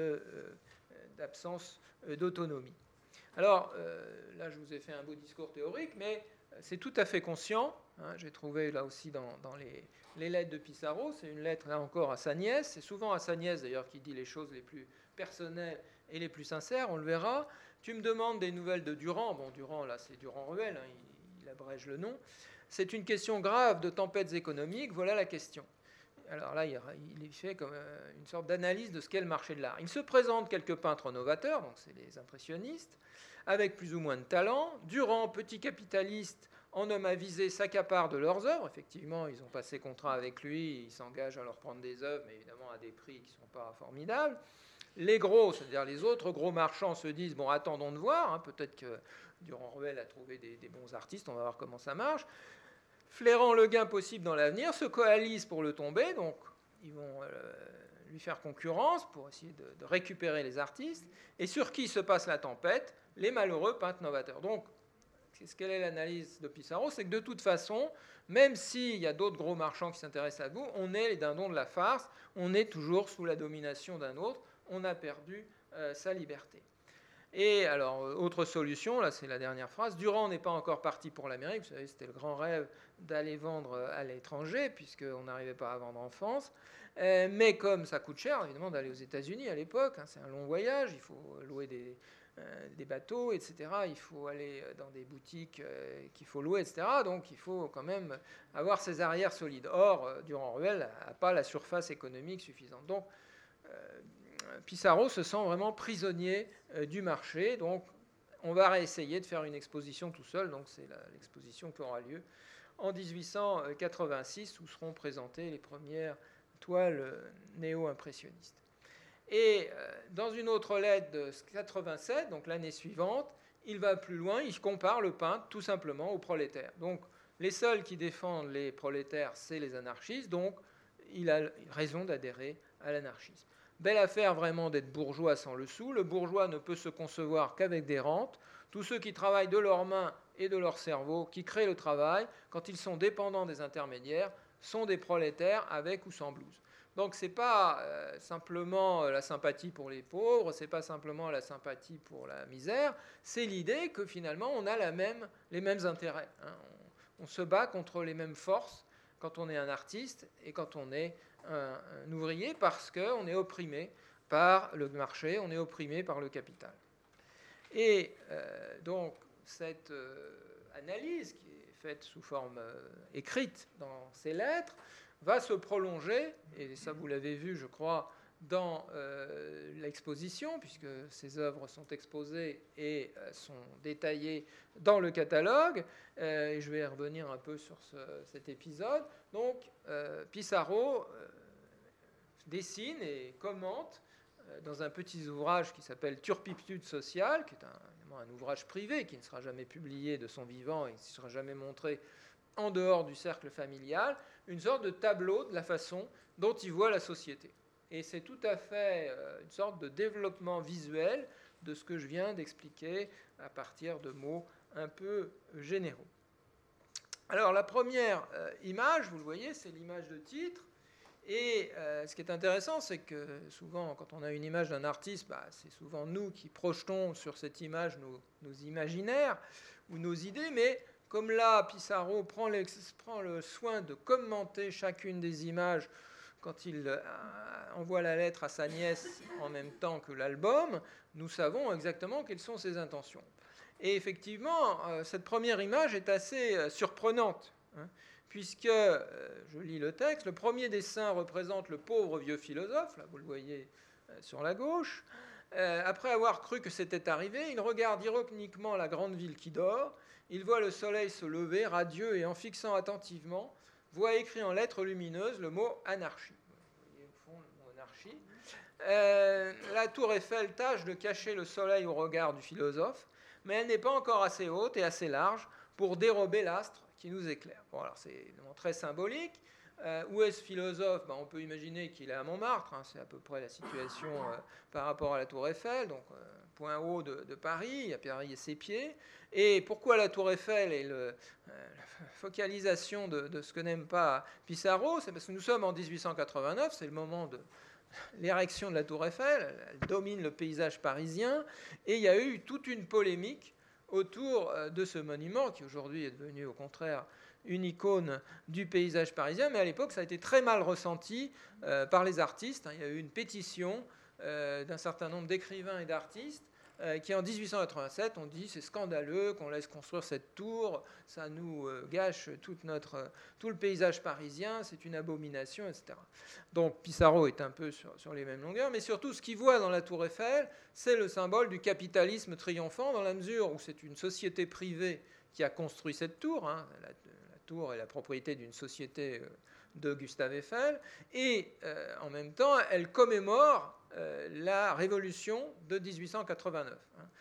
d'absence d'autonomie. Alors là, je vous ai fait un beau discours théorique, mais c'est tout à fait conscient J'ai trouvé là aussi dans les lettres de Pissarro, c'est une lettre là encore à sa nièce, c'est souvent à sa nièce d'ailleurs qui dit les choses les plus personnelles et les plus sincères, on le verra. Tu me demandes des nouvelles de Durand, bon Durand là c'est Durand-Ruel, il abrège le nom. C'est une question grave de tempêtes économiques, voilà la question. Alors là, il fait comme une sorte d'analyse de ce qu'est le marché de l'art. Il se présente quelques peintres novateurs, donc c'est les impressionnistes, avec plus ou moins de talent. Durand, petit capitaliste, en homme avisé, s'accapare de leurs œuvres. Effectivement, ils ont passé contrat avec lui, ils s'engagent à leur prendre des œuvres, mais évidemment à des prix qui ne sont pas formidables. Les gros, c'est-à-dire les autres gros marchands, se disent, bon, attendons de voir, peut-être que Durand-Ruel a trouvé des bons artistes, on va voir comment ça marche. Flairant le gain possible dans l'avenir, se coalisent pour le tomber, donc ils vont lui faire concurrence pour essayer de récupérer les artistes. Et sur qui se passe la tempête? Les malheureux peintres novateurs. Donc, quelle est l'analyse de Pissarro? C'est que de toute façon, même s'il y a d'autres gros marchands qui s'intéressent à vous, on est les dindons de la farce, on est toujours sous la domination d'un autre, on a perdu sa liberté. Et alors, autre solution, là c'est la dernière phrase, Durand n'est pas encore parti pour l'Amérique, vous savez, c'était le grand rêve d'aller vendre à l'étranger, puisqu'on n'arrivait pas à vendre en France, mais comme ça coûte cher, évidemment, d'aller aux États-Unis à l'époque, c'est un long voyage, il faut louer des bateaux, etc., il faut aller dans des boutiques qu'il faut louer, etc., donc il faut quand même avoir ses arrières solides. Or, Durand-Ruel n'a pas la surface économique suffisante. Donc, Pissarro se sent vraiment prisonnier du marché, donc on va réessayer de faire une exposition tout seul, donc c'est l'exposition qui aura lieu en 1886, où seront présentées les premières toiles néo-impressionnistes. Et dans une autre lettre de 87, donc l'année suivante, il va plus loin, il compare le peintre tout simplement aux prolétaires. Donc les seuls qui défendent les prolétaires, c'est les anarchistes, donc il a raison d'adhérer à l'anarchisme. Belle affaire vraiment d'être bourgeois sans le sou. Le bourgeois ne peut se concevoir qu'avec des rentes. Tous ceux qui travaillent de leurs mains et de leur cerveau, qui créent le travail, quand ils sont dépendants des intermédiaires, sont des prolétaires avec ou sans blouse. Donc ce n'est pas simplement la sympathie pour les pauvres, ce n'est pas simplement la sympathie pour la misère, c'est l'idée que finalement on a les mêmes intérêts. On se bat contre les mêmes forces quand on est un artiste et quand on est un ouvrier, parce qu'on est opprimé par le marché, on est opprimé par le capital. Et donc cette analyse, qui est faite sous forme écrite dans ces lettres, va se prolonger, et ça vous l'avez vu, je crois, dans l'exposition, puisque ces œuvres sont exposées et sont détaillées dans le catalogue, et je vais revenir un peu sur cet épisode. Donc, Pissarro dessine et commente dans un petit ouvrage qui s'appelle Turpitude sociale, qui est un ouvrage privé qui ne sera jamais publié de son vivant et qui ne sera jamais montré en dehors du cercle familial, une sorte de tableau de la façon dont il voit la société. Et c'est tout à fait une sorte de développement visuel de ce que je viens d'expliquer à partir de mots un peu généraux. Alors la première image, vous le voyez, c'est l'image de titre. Et ce qui est intéressant, c'est que souvent, quand on a une image d'un artiste, c'est souvent nous qui projetons sur cette image nos imaginaires ou nos idées, mais comme là, Pissarro prend le soin de commenter chacune des images quand il envoie la lettre à sa nièce en même temps que l'album, nous savons exactement quelles sont ses intentions. Et effectivement, cette première image est assez surprenante, puisque, je lis le texte, le premier dessin représente le pauvre vieux philosophe, là vous le voyez sur la gauche. Après avoir cru que c'était arrivé, il regarde ironiquement la grande ville qui dort, il voit le soleil se lever, radieux, et en fixant attentivement, voit écrit en lettres lumineuses le mot anarchie. Vous voyez au fond le mot anarchie. La tour Eiffel tâche de cacher le soleil au regard du philosophe, mais elle n'est pas encore assez haute et assez large pour dérober l'astre qui nous éclaire. Bon, alors c'est évidemment très symbolique. Où est ce philosophe? On peut imaginer qu'il est à Montmartre, c'est à peu près la situation par rapport à la tour Eiffel, donc point haut de Paris, à Paris et ses pieds. Et pourquoi la tour Eiffel et la focalisation de ce que n'aime pas Pissarro? C'est parce que nous sommes en 1889, c'est le moment de l'érection de la tour Eiffel, elle domine le paysage parisien, et il y a eu toute une polémique autour de ce monument, qui aujourd'hui est devenu au contraire une icône du paysage parisien, mais à l'époque, ça a été très mal ressenti par les artistes. Il y a eu une pétition d'un certain nombre d'écrivains et d'artistes qui, en 1887, ont dit c'est scandaleux qu'on laisse construire cette tour, ça nous gâche tout le paysage parisien, c'est une abomination, etc. Donc Pissarro est un peu sur les mêmes longueurs, mais surtout ce qu'il voit dans la tour Eiffel, c'est le symbole du capitalisme triomphant, dans la mesure où c'est une société privée qui a construit cette tour. La tour est la propriété d'une société de Gustave Eiffel, et en même temps, elle commémore la révolution de 1889,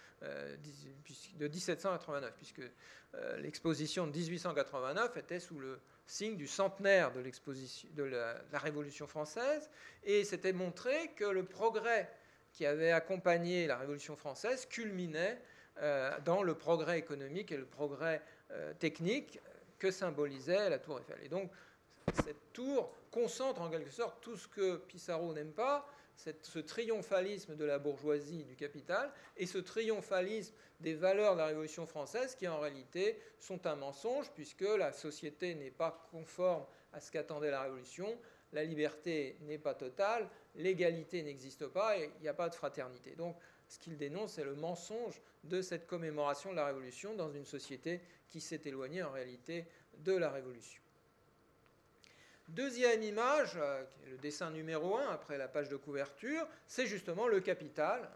de 1789, puisque l'exposition de 1889 était sous le signe du centenaire de la Révolution française, et c'était montré que le progrès qui avait accompagné la Révolution française culminait dans le progrès économique et le progrès technique que symbolisait la tour Eiffel. Et donc, cette tour concentre en quelque sorte tout ce que Pissarro n'aime pas, ce triomphalisme de la bourgeoisie du capital et ce triomphalisme des valeurs de la Révolution française qui en réalité sont un mensonge puisque la société n'est pas conforme à ce qu'attendait la Révolution, la liberté n'est pas totale, l'égalité n'existe pas et il n'y a pas de fraternité. Donc ce qu'il dénonce, c'est le mensonge de cette commémoration de la Révolution dans une société qui s'est éloignée en réalité de la Révolution. Deuxième image, qui est le dessin numéro 1 après la page de couverture, c'est justement le capital.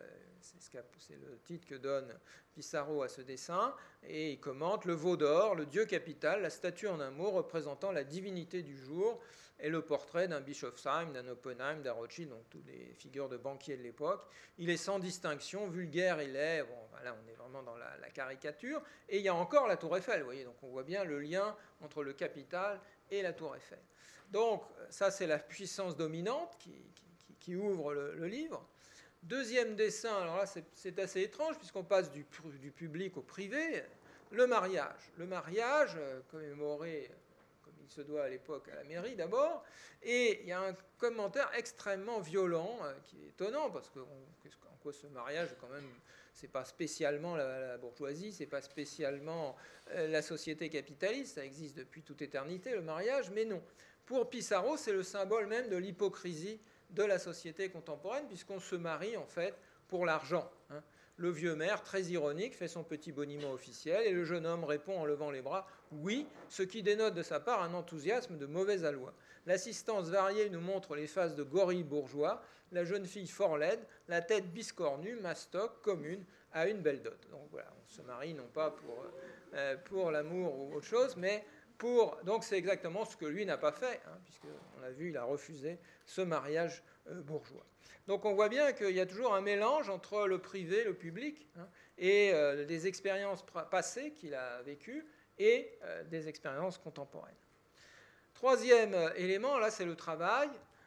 C'est le titre que donne Pissarro à ce dessin, et il commente le veau d'or, le dieu capital, la statue en un mot représentant la divinité du jour, et le portrait d'un Bischofsheim, d'un Oppenheim, d'un Rothschild, donc toutes les figures de banquiers de l'époque. Il est sans distinction, vulgaire il est, bon, là on est vraiment dans la caricature, et il y a encore la tour Eiffel, vous voyez, donc on voit bien le lien entre le capital et la tour Eiffel. Donc ça c'est la puissance dominante qui ouvre le livre. Deuxième dessin, alors là c'est assez étrange puisqu'on passe du public au privé, le mariage. Le mariage, commémoré comme il se doit à l'époque à la mairie d'abord, et il y a un commentaire extrêmement violent qui est étonnant parce que en quoi ce mariage quand même, c'est pas spécialement la bourgeoisie, c'est pas spécialement la société capitaliste, ça existe depuis toute éternité le mariage, mais non. Pour Pissarro, c'est le symbole même de l'hypocrisie de la société contemporaine, puisqu'on se marie en fait pour l'argent. Le vieux maire, très ironique, fait son petit boniment officiel, et le jeune homme répond en levant les bras « oui », ce qui dénote de sa part un enthousiasme de mauvais aloi. L'assistance variée nous montre les faces de gorilles bourgeois, la jeune fille fort laide, la tête biscornue, mastoc, commune, a une belle dot. Donc voilà, on se marie non pas pour l'amour ou autre chose, mais donc c'est exactement ce que lui n'a pas fait, puisqu'on l'a vu, il a refusé ce mariage bourgeois. Donc on voit bien qu'il y a toujours un mélange entre le privé, le public, et des expériences passées qu'il a vécues et des expériences contemporaines. Troisième élément, là c'est le travail,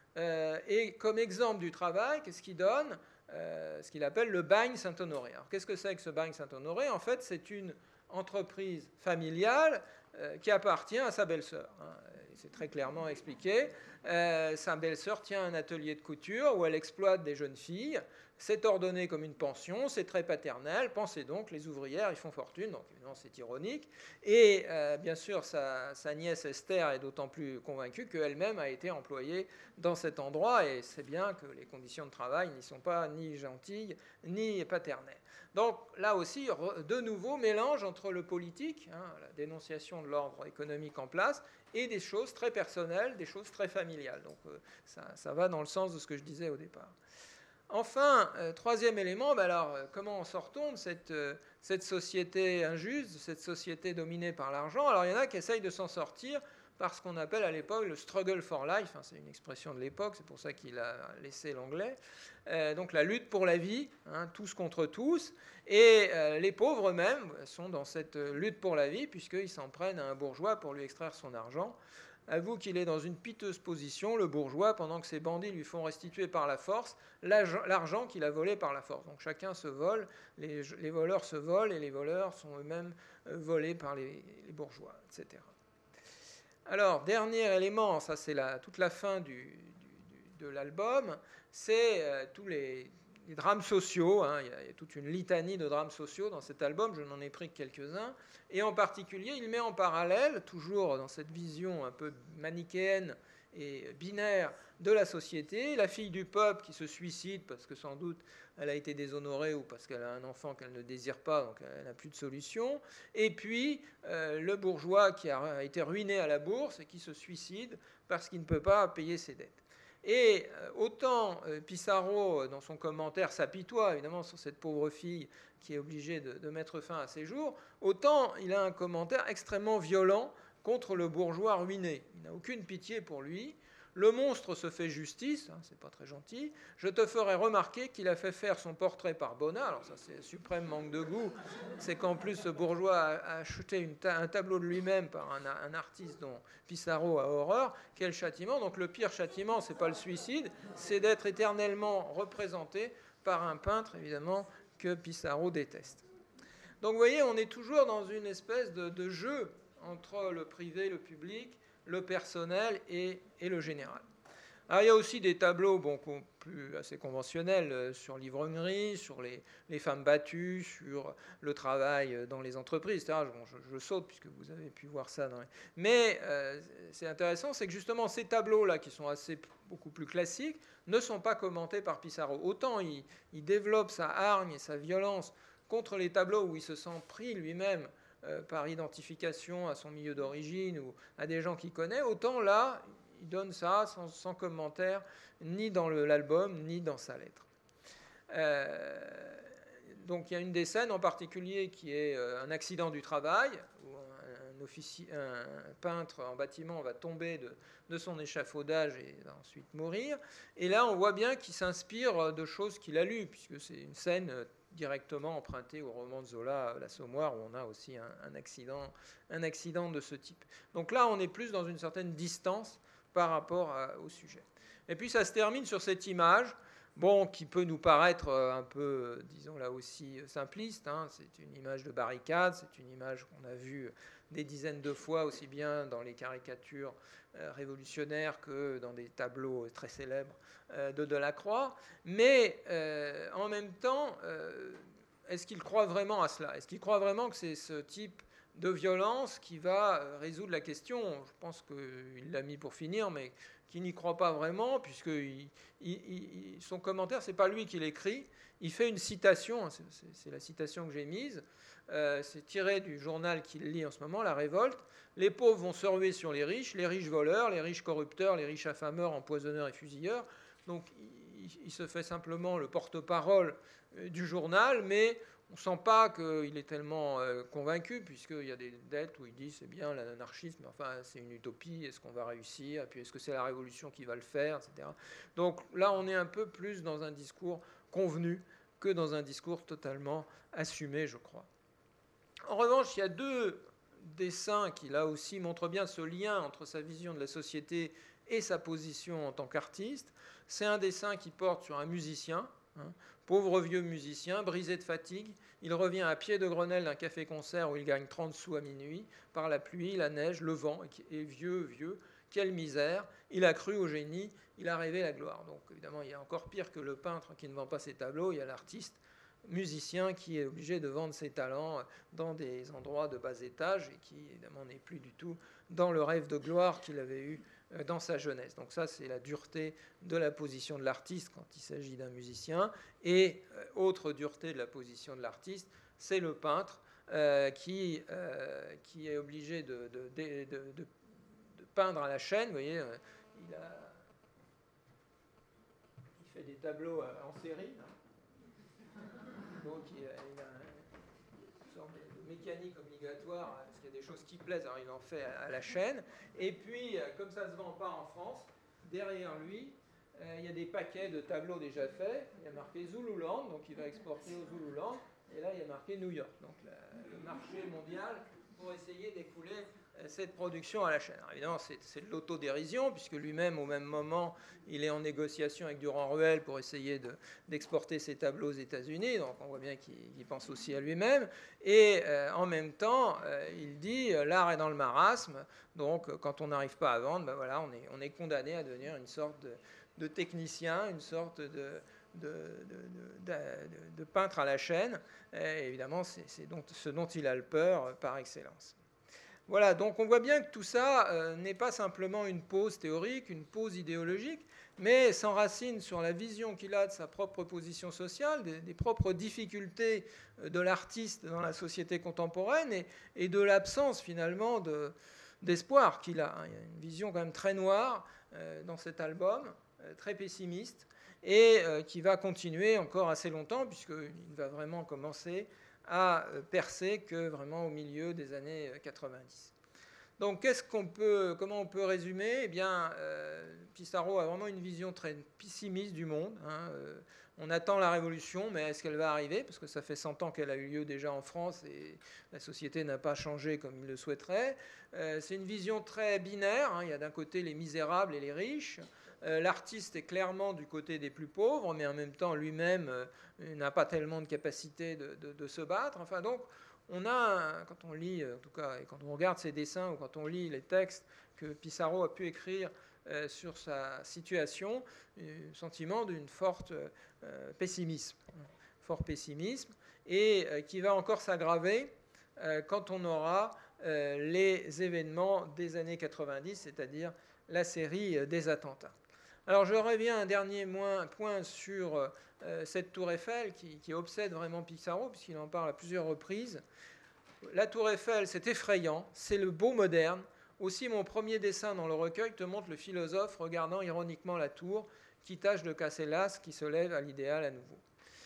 et comme exemple du travail, qu'est-ce qu'il donne ? Ce qu'il appelle le bagne Saint-Honoré. Alors qu'est-ce que c'est que ce bagne Saint-Honoré ? En fait, c'est une entreprise familiale qui appartient à sa belle-sœur. C'est très clairement expliqué. Sa belle-sœur tient un atelier de couture où elle exploite des jeunes filles. C'est ordonné comme une pension, c'est très paternel. Pensez donc, les ouvrières, ils font fortune, donc évidemment c'est ironique. Et bien sûr, sa nièce Esther est d'autant plus convaincue qu'elle-même a été employée dans cet endroit, et c'est bien que les conditions de travail n'y sont pas ni gentilles ni paternelles. Donc là aussi, de nouveau, mélange entre le politique, la dénonciation de l'ordre économique en place, et des choses très personnelles, des choses très familiales. Donc ça va dans le sens de ce que je disais au départ. Enfin, troisième élément, comment sort-on de cette société injuste, cette société dominée par l'argent ? Alors il y en a qui essayent de s'en sortir par ce qu'on appelle à l'époque le struggle for life, c'est une expression de l'époque, c'est pour ça qu'il a laissé l'anglais, donc la lutte pour la vie, tous contre tous, et les pauvres eux-mêmes sont dans cette lutte pour la vie, puisqu'ils s'en prennent à un bourgeois pour lui extraire son argent. Avoue qu'il est dans une piteuse position, le bourgeois, pendant que ses bandits lui font restituer par la force l'argent qu'il a volé par la force. Donc chacun se vole, les voleurs se volent, et les voleurs sont eux-mêmes volés par les bourgeois, etc. Alors, dernier élément, ça c'est toute la fin de l'album, c'est tous les drames sociaux. Hein. Il y a toute une litanie de drames sociaux dans cet album, je n'en ai pris que quelques-uns. Et en particulier, il met en parallèle, toujours dans cette vision un peu manichéenne et binaire de la société, la fille du peuple qui se suicide parce que sans doute elle a été déshonorée ou parce qu'elle a un enfant qu'elle ne désire pas, donc elle n'a plus de solution. Et puis le bourgeois qui a été ruiné à la bourse et qui se suicide parce qu'il ne peut pas payer ses dettes. Et autant Pissarro, dans son commentaire, s'apitoie évidemment sur cette pauvre fille qui est obligée de mettre fin à ses jours, autant il a un commentaire extrêmement violent contre le bourgeois ruiné. Il n'a aucune pitié pour lui. Le monstre se fait justice, hein, c'est pas très gentil. Je te ferai remarquer qu'il a fait faire son portrait par Bonnat. Alors ça, c'est un suprême manque de goût. C'est qu'en plus, ce bourgeois a acheté un tableau de lui-même par un artiste dont Pissarro a horreur. Quel châtiment! Donc le pire châtiment, c'est pas le suicide, c'est d'être éternellement représenté par un peintre, évidemment, que Pissarro déteste. Donc vous voyez, on est toujours dans une espèce de jeu entre le privé, le public, le personnel et le général. Alors, il y a aussi des tableaux plus assez conventionnels sur l'ivrognerie, sur les femmes battues, sur le travail dans les entreprises, etc. Je saute puisque vous avez pu voir ça. Mais c'est intéressant, c'est que justement ces tableaux-là, qui sont beaucoup plus classiques, ne sont pas commentés par Pissarro. Autant il développe sa hargne et sa violence contre les tableaux où il se sent pris lui-même par identification à son milieu d'origine ou à des gens qu'il connaît, autant là, il donne ça sans commentaire, ni dans l'album, ni dans sa lettre. Donc il y a une des scènes en particulier qui est un accident du travail, où un peintre en bâtiment va tomber de son échafaudage et va ensuite mourir. Et là, on voit bien qu'il s'inspire de choses qu'il a lues, puisque c'est une scène directement empruntée au roman de Zola, L'Assommoir, où on a aussi un accident de ce type. Donc là, on est plus dans une certaine distance par rapport au sujet. Et puis ça se termine sur cette image, qui peut nous paraître un peu, disons là aussi, simpliste. Hein. C'est une image de barricade, c'est une image qu'on a vue des dizaines de fois, aussi bien dans les caricatures révolutionnaires que dans des tableaux très célèbres de Delacroix. Mais en même temps, est-ce qu'il croit vraiment à cela? Est-ce qu'il croit vraiment que c'est ce type de violence qui va résoudre la question? Je pense qu'il l'a mis pour finir, mais qui n'y croit pas vraiment, puisque son commentaire, c'est pas lui qui l'écrit. Il fait une citation, c'est la citation que j'ai mise, c'est tiré du journal qu'il lit en ce moment, La Révolte. Les pauvres vont se ruer sur les riches voleurs, les riches corrupteurs, les riches affameurs, empoisonneurs et fusilleurs. Donc il se fait simplement le porte-parole du journal, mais on ne sent pas qu'il est tellement convaincu, puisqu'il y a des dettes où il dit c'est bien l'anarchisme, mais enfin c'est une utopie, est-ce qu'on va réussir, et puis est-ce que c'est la révolution qui va le faire, etc. Donc là on est un peu plus dans un discours convenu que dans un discours totalement assumé, je crois. En revanche, il y a deux dessins qui là aussi montrent bien ce lien entre sa vision de la société et sa position en tant qu'artiste. C'est un dessin qui porte sur un musicien, hein, pauvre vieux musicien, brisé de fatigue. Il revient à pied de Grenelle d'un café-concert où il gagne 30 sous à minuit, par la pluie, la neige, le vent, et vieux, quelle misère. Il a cru au génie, il a rêvé la gloire. Donc évidemment, il y a encore pire que le peintre qui ne vend pas ses tableaux, il y a l'artiste musicien qui est obligé de vendre ses talents dans des endroits de bas étage et qui évidemment n'est plus du tout dans le rêve de gloire qu'il avait eu dans sa jeunesse. Donc ça, c'est la dureté de la position de l'artiste quand il s'agit d'un musicien. Et autre dureté de la position de l'artiste, c'est le peintre qui est obligé de peindre à la chaîne. Vous voyez, il fait des tableaux en série. Donc il a une sorte de mécanique obligatoire, parce qu'il y a des choses qui plaisent, alors il en fait à la chaîne. Et puis, comme ça ne se vend pas en France, derrière lui, il y a des paquets de tableaux déjà faits. Il y a marqué Zululand, donc il va exporter au Zululand. Et là, il y a marqué New York, donc le marché mondial, pour essayer d'écouler cette production à la chaîne. Alors évidemment, c'est de l'autodérision, puisque lui-même, au même moment, il est en négociation avec Durand-Ruel pour essayer d'exporter ses tableaux aux États-Unis. Donc on voit bien qu'il pense aussi à lui-même. Et en même temps, il dit l'art est dans le marasme. Donc quand on n'arrive pas à vendre, ben voilà, on est condamné à devenir une sorte de technicien, une sorte de peintre à la chaîne. Et évidemment, c'est donc ce dont il a le peur par excellence. Voilà, donc on voit bien que tout ça n'est pas simplement une pose théorique, une pose idéologique, mais s'enracine sur la vision qu'il a de sa propre position sociale, des propres difficultés de l'artiste dans la société contemporaine et de l'absence finalement d'espoir qu'il a. Il y a une vision quand même très noire dans cet album, très pessimiste, et qui va continuer encore assez longtemps, puisqu'il va vraiment commencer à percer que vraiment au milieu des années 90. Donc, comment on peut résumer? Eh bien, Pissarro a vraiment une vision très pessimiste du monde. On attend la révolution, mais est-ce qu'elle va arriver? Parce que ça fait 100 ans qu'elle a eu lieu déjà en France et la société n'a pas changé comme il le souhaiterait. C'est une vision très binaire. Il y a d'un côté les misérables et les riches. L'artiste est clairement du côté des plus pauvres, mais en même temps, lui-même n'a pas tellement de capacité de se battre. Enfin, donc, on a, quand on lit, en tout cas, et quand on regarde ses dessins ou quand on lit les textes que Pissarro a pu écrire sur sa situation, un sentiment d'une forte pessimisme, fort pessimisme, et qui va encore s'aggraver quand on aura les événements des années 90, c'est-à-dire la série des attentats. Alors je reviens un dernier point sur cette tour Eiffel qui obsède vraiment Pissarro, puisqu'il en parle à plusieurs reprises. La tour Eiffel, c'est effrayant, c'est le beau moderne. Aussi, mon premier dessin dans le recueil te montre le philosophe regardant ironiquement la tour qui tâche de casser l'astre qui se lève à l'idéal à nouveau.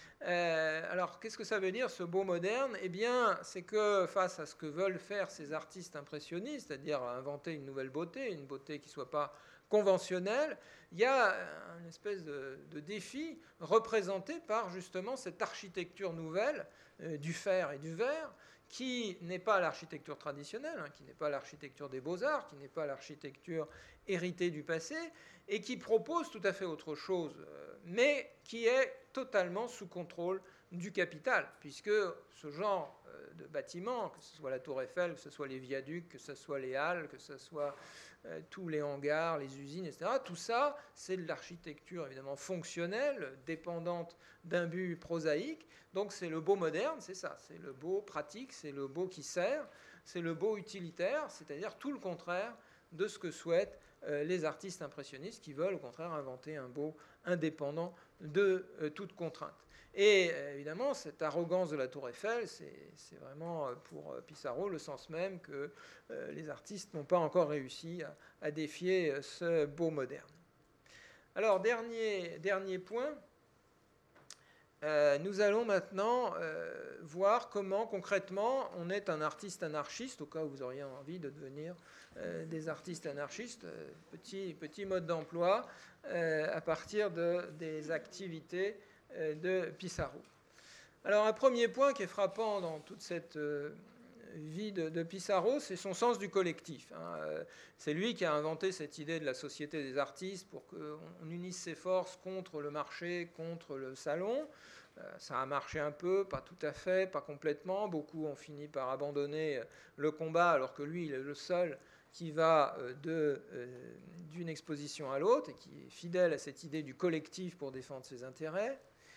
Alors, qu'est-ce que ça veut dire, ce beau moderne? Eh bien, c'est que face à ce que veulent faire ces artistes impressionnistes, c'est-à-dire inventer une nouvelle beauté, une beauté qui ne soit pas conventionnelle, il y a une espèce de défi représenté par justement cette architecture nouvelle du fer et du verre, qui n'est pas l'architecture traditionnelle, qui n'est pas l'architecture des beaux-arts, qui n'est pas l'architecture héritée du passé, et qui propose tout à fait autre chose, mais qui est totalement sous contrôle du capital, puisque ce genre de bâtiments, que ce soit la tour Eiffel, que ce soit les viaducs, que ce soit les halles, que ce soit tous les hangars, les usines, etc., tout ça, c'est de l'architecture évidemment fonctionnelle, dépendante d'un but prosaïque. Donc c'est le beau moderne, c'est ça, c'est le beau pratique, c'est le beau qui sert, c'est le beau utilitaire, c'est-à-dire tout le contraire de ce que souhaitent les artistes impressionnistes qui veulent au contraire inventer un beau indépendant de toute contrainte. Et évidemment, cette arrogance de la tour Eiffel, c'est vraiment pour Pissarro le sens même que les artistes n'ont pas encore réussi à défier ce beau moderne. Alors, dernier point, nous allons maintenant voir comment concrètement on est un artiste anarchiste, au cas où vous auriez envie de devenir des artistes anarchistes, petit mode d'emploi à partir des activités de Pissarro. Alors un premier point qui est frappant dans toute cette vie de Pissarro, c'est son sens du collectif. C'est lui qui a inventé cette idée de la société des artistes pour qu'on unisse ses forces contre le marché, contre le salon. Ça a marché un peu, pas tout à fait, pas complètement. Beaucoup ont fini par abandonner le combat, alors que lui, il est le seul qui va d'une exposition à l'autre et qui est fidèle à cette idée du collectif pour défendre ses intérêts.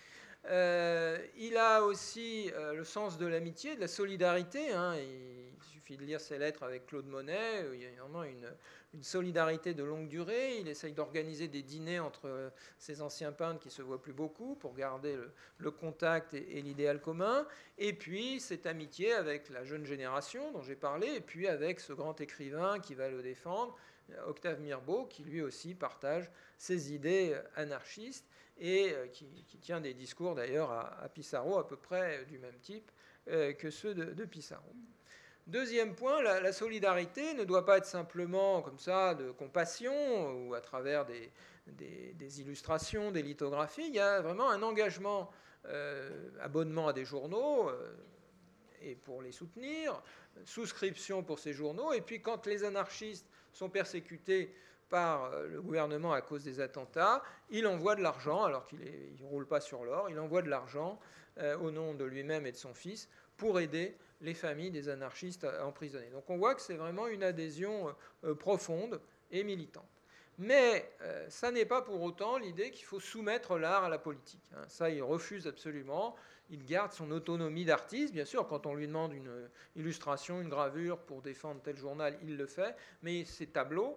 Il a aussi le sens de l'amitié, de la solidarité. Il suffit de lire ses lettres avec Claude Monet. Il y a vraiment une solidarité de longue durée. Il essaye d'organiser des dîners entre ces anciens peintres qui ne se voient plus beaucoup pour garder le contact et l'idéal commun. Et puis cette amitié avec la jeune génération dont j'ai parlé, et puis avec ce grand écrivain qui va le défendre, Octave Mirbeau, qui lui aussi partage ses idées anarchistes et qui tient des discours d'ailleurs à Pissarro à peu près du même type que ceux de Pissarro. Deuxième point, la solidarité ne doit pas être simplement comme ça de compassion ou à travers des illustrations, des lithographies. Il y a vraiment un engagement, abonnement à des journaux et pour les soutenir, souscription pour ces journaux, et puis quand les anarchistes sont persécutés par le gouvernement à cause des attentats, il envoie de l'argent, alors qu'il ne roule pas sur l'or, il envoie de l'argent au nom de lui-même et de son fils pour aider les familles des anarchistes emprisonnés. Donc on voit que c'est vraiment une adhésion profonde et militante. Mais ça n'est pas pour autant l'idée qu'il faut soumettre l'art à la politique. Ça, il refuse absolument. Il garde son autonomie d'artiste. Bien sûr, quand on lui demande une illustration, une gravure pour défendre tel journal, il le fait. Mais ses tableaux,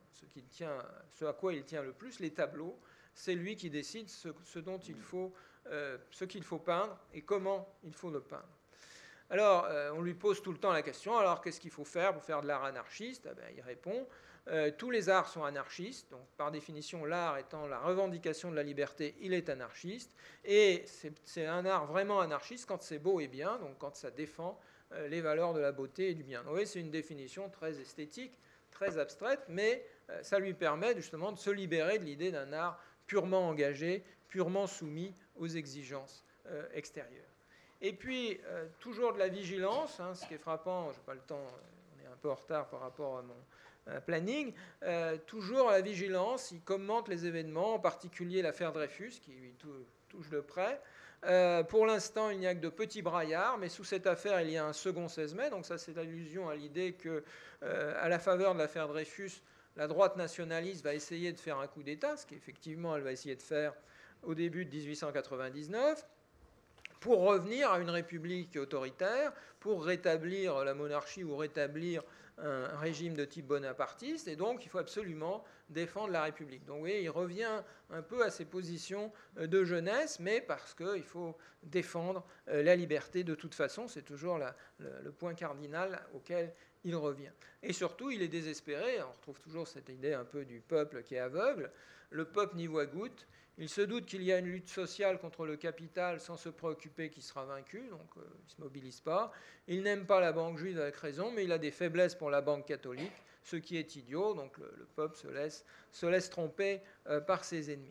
ce à quoi il tient le plus, les tableaux, c'est lui qui décide ce qu'il faut peindre et comment il faut le peindre. Alors, on lui pose tout le temps la question, alors qu'est-ce qu'il faut faire pour faire de l'art anarchiste? Il répond, tous les arts sont anarchistes, donc par définition, l'art étant la revendication de la liberté, il est anarchiste, et c'est un art vraiment anarchiste quand c'est beau et bien, donc quand ça défend les valeurs de la beauté et du bien. Vous voyez, c'est une définition très esthétique, très abstraite, mais ça lui permet justement de se libérer de l'idée d'un art purement engagé, purement soumis aux exigences extérieures. Et puis, toujours de la vigilance, ce qui est frappant, je n'ai pas le temps, on est un peu en retard par rapport à mon planning, toujours la vigilance, il commente les événements, en particulier l'affaire Dreyfus, qui lui touche de près. Pour l'instant, il n'y a que de petits braillards, mais sous cette affaire, il y a un second 16 mai, donc ça c'est l'allusion à l'idée que, à la faveur de l'affaire Dreyfus, la droite nationaliste va essayer de faire un coup d'État, ce qu'effectivement elle va essayer de faire au début de 1899, pour revenir à une république autoritaire, pour rétablir la monarchie ou rétablir un régime de type bonapartiste, et donc il faut absolument défendre la République. Donc vous voyez, il revient un peu à ses positions de jeunesse, mais parce qu'il faut défendre la liberté de toute façon, c'est toujours le point cardinal auquel il revient. Et surtout, il est désespéré, on retrouve toujours cette idée un peu du peuple qui est aveugle, le peuple n'y voit goutte. Il se doute qu'il y a une lutte sociale contre le capital sans se préoccuper qu'il sera vaincu, donc il ne se mobilise pas. Il n'aime pas la banque juive avec raison, mais il a des faiblesses pour la banque catholique, ce qui est idiot, donc le peuple se laisse tromper par ses ennemis.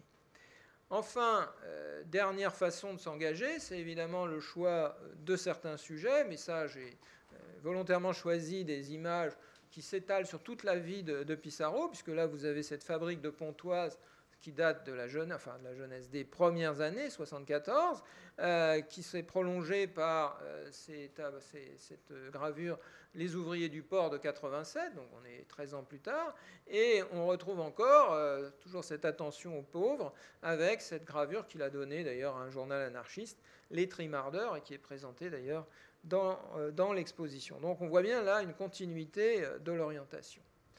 Enfin, dernière façon de s'engager, c'est évidemment le choix de certains sujets, mais ça j'ai volontairement choisi des images qui s'étalent sur toute la vie de Pissarro, puisque là vous avez cette fabrique de Pontoise qui date de la jeunesse des premières années, 74, qui s'est prolongée par cette gravure Les ouvriers du port de 87, donc on est 13 ans plus tard, et on retrouve encore toujours cette attention aux pauvres, avec cette gravure qu'il a donnée d'ailleurs à un journal anarchiste, Les Trimardeurs, et qui est présentée d'ailleurs dans l'exposition. Donc on voit bien là une continuité de l'orientation.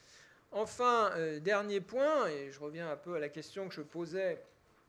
Enfin, dernier point, et je reviens un peu à la question que je posais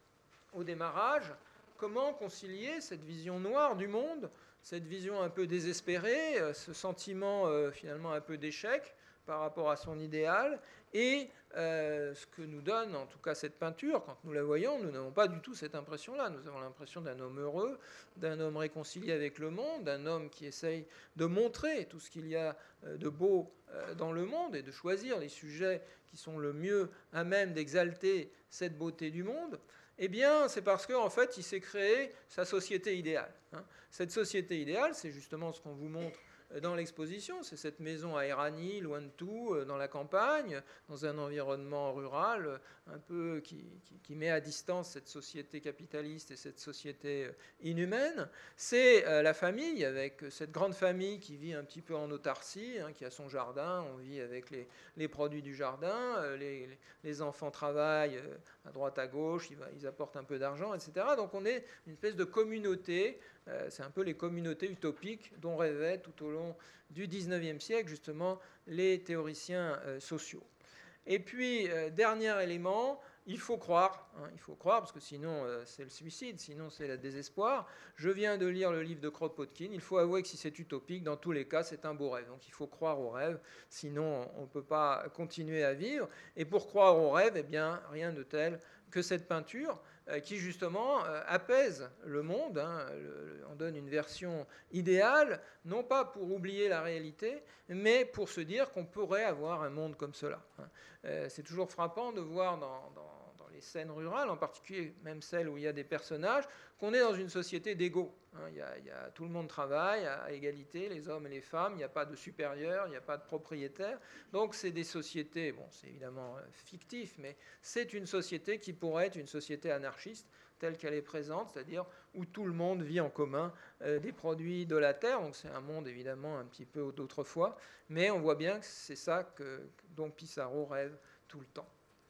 au démarrage, comment concilier cette vision noire du monde, cette vision un peu désespérée, ce sentiment finalement un peu d'échec par rapport à son idéal, et ce que nous donne en tout cas cette peinture, quand nous la voyons, nous n'avons pas du tout cette impression-là. Nous avons l'impression d'un homme heureux, d'un homme réconcilié avec le monde, d'un homme qui essaye de montrer tout ce qu'il y a de beau dans le monde et de choisir les sujets qui sont le mieux à même d'exalter cette beauté du monde. Eh bien, c'est parce qu'en fait, il s'est créé sa société idéale. Cette société idéale, c'est justement ce qu'on vous montre dans l'exposition, c'est cette maison à Éragny, loin de tout, dans la campagne, dans un environnement rural, un peu qui met à distance cette société capitaliste et cette société inhumaine. C'est la famille, avec cette grande famille qui vit un petit peu en autarcie, qui a son jardin, on vit avec les produits du jardin, les enfants travaillent à droite à gauche, ils apportent un peu d'argent, etc. Donc on est une espèce de communauté, c'est un peu les communautés utopiques dont rêvaient tout au long du XIXe siècle justement les théoriciens sociaux. Et puis, dernier élément, il faut croire, parce que sinon c'est le suicide, sinon c'est le désespoir. Je viens de lire le livre de Kropotkin, il faut avouer que si c'est utopique, dans tous les cas c'est un beau rêve. Donc il faut croire au rêve, sinon on ne peut pas continuer à vivre. Et pour croire au rêve, eh bien rien de tel que cette peinture qui justement apaise le monde, on donne une version idéale, non pas pour oublier la réalité, mais pour se dire qu'on pourrait avoir un monde comme cela. C'est toujours frappant de voir dans les scènes rurales, en particulier même celles où il y a des personnages, qu'on est dans une société d'égaux. Tout le monde travaille à égalité, les hommes et les femmes, il n'y a pas de supérieurs, il n'y a pas de propriétaires. Donc c'est des sociétés, bon c'est évidemment fictif, mais c'est une société qui pourrait être une société anarchiste telle qu'elle est présente, c'est-à-dire où tout le monde vit en commun des produits de la terre. Donc c'est un monde évidemment un petit peu d'autrefois, mais on voit bien que c'est ça dont Pissarro rêve tout le temps.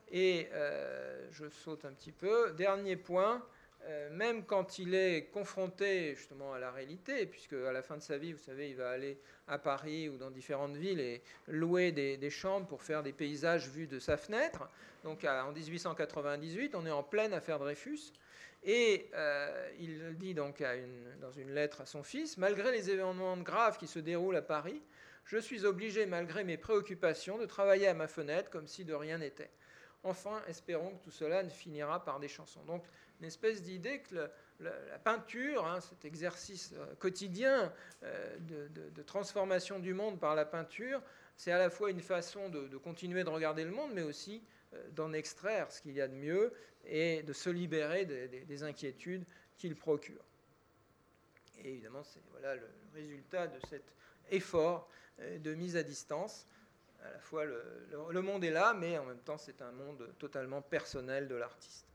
Et je saute un petit peu. Dernier point, même quand il est confronté justement à la réalité, puisque à la fin de sa vie, vous savez, il va aller à Paris ou dans différentes villes et louer des chambres pour faire des paysages vus de sa fenêtre. Donc en 1898, on est en pleine affaire Dreyfus. Et il dit donc dans une lettre à son fils, « Malgré les événements graves qui se déroulent à Paris, je suis obligé, malgré mes préoccupations, de travailler à ma fenêtre comme si de rien n'était. Enfin, espérons que tout cela ne finira par des chansons. » Donc, une espèce d'idée que la peinture, cet exercice quotidien de transformation du monde par la peinture, c'est à la fois une façon de continuer de regarder le monde, mais aussi d'en extraire ce qu'il y a de mieux et de se libérer des inquiétudes qu'il procure. Et évidemment, c'est le résultat de cet effort de mise à distance. À la fois, le monde est là, mais en même temps, c'est un monde totalement personnel de l'artiste.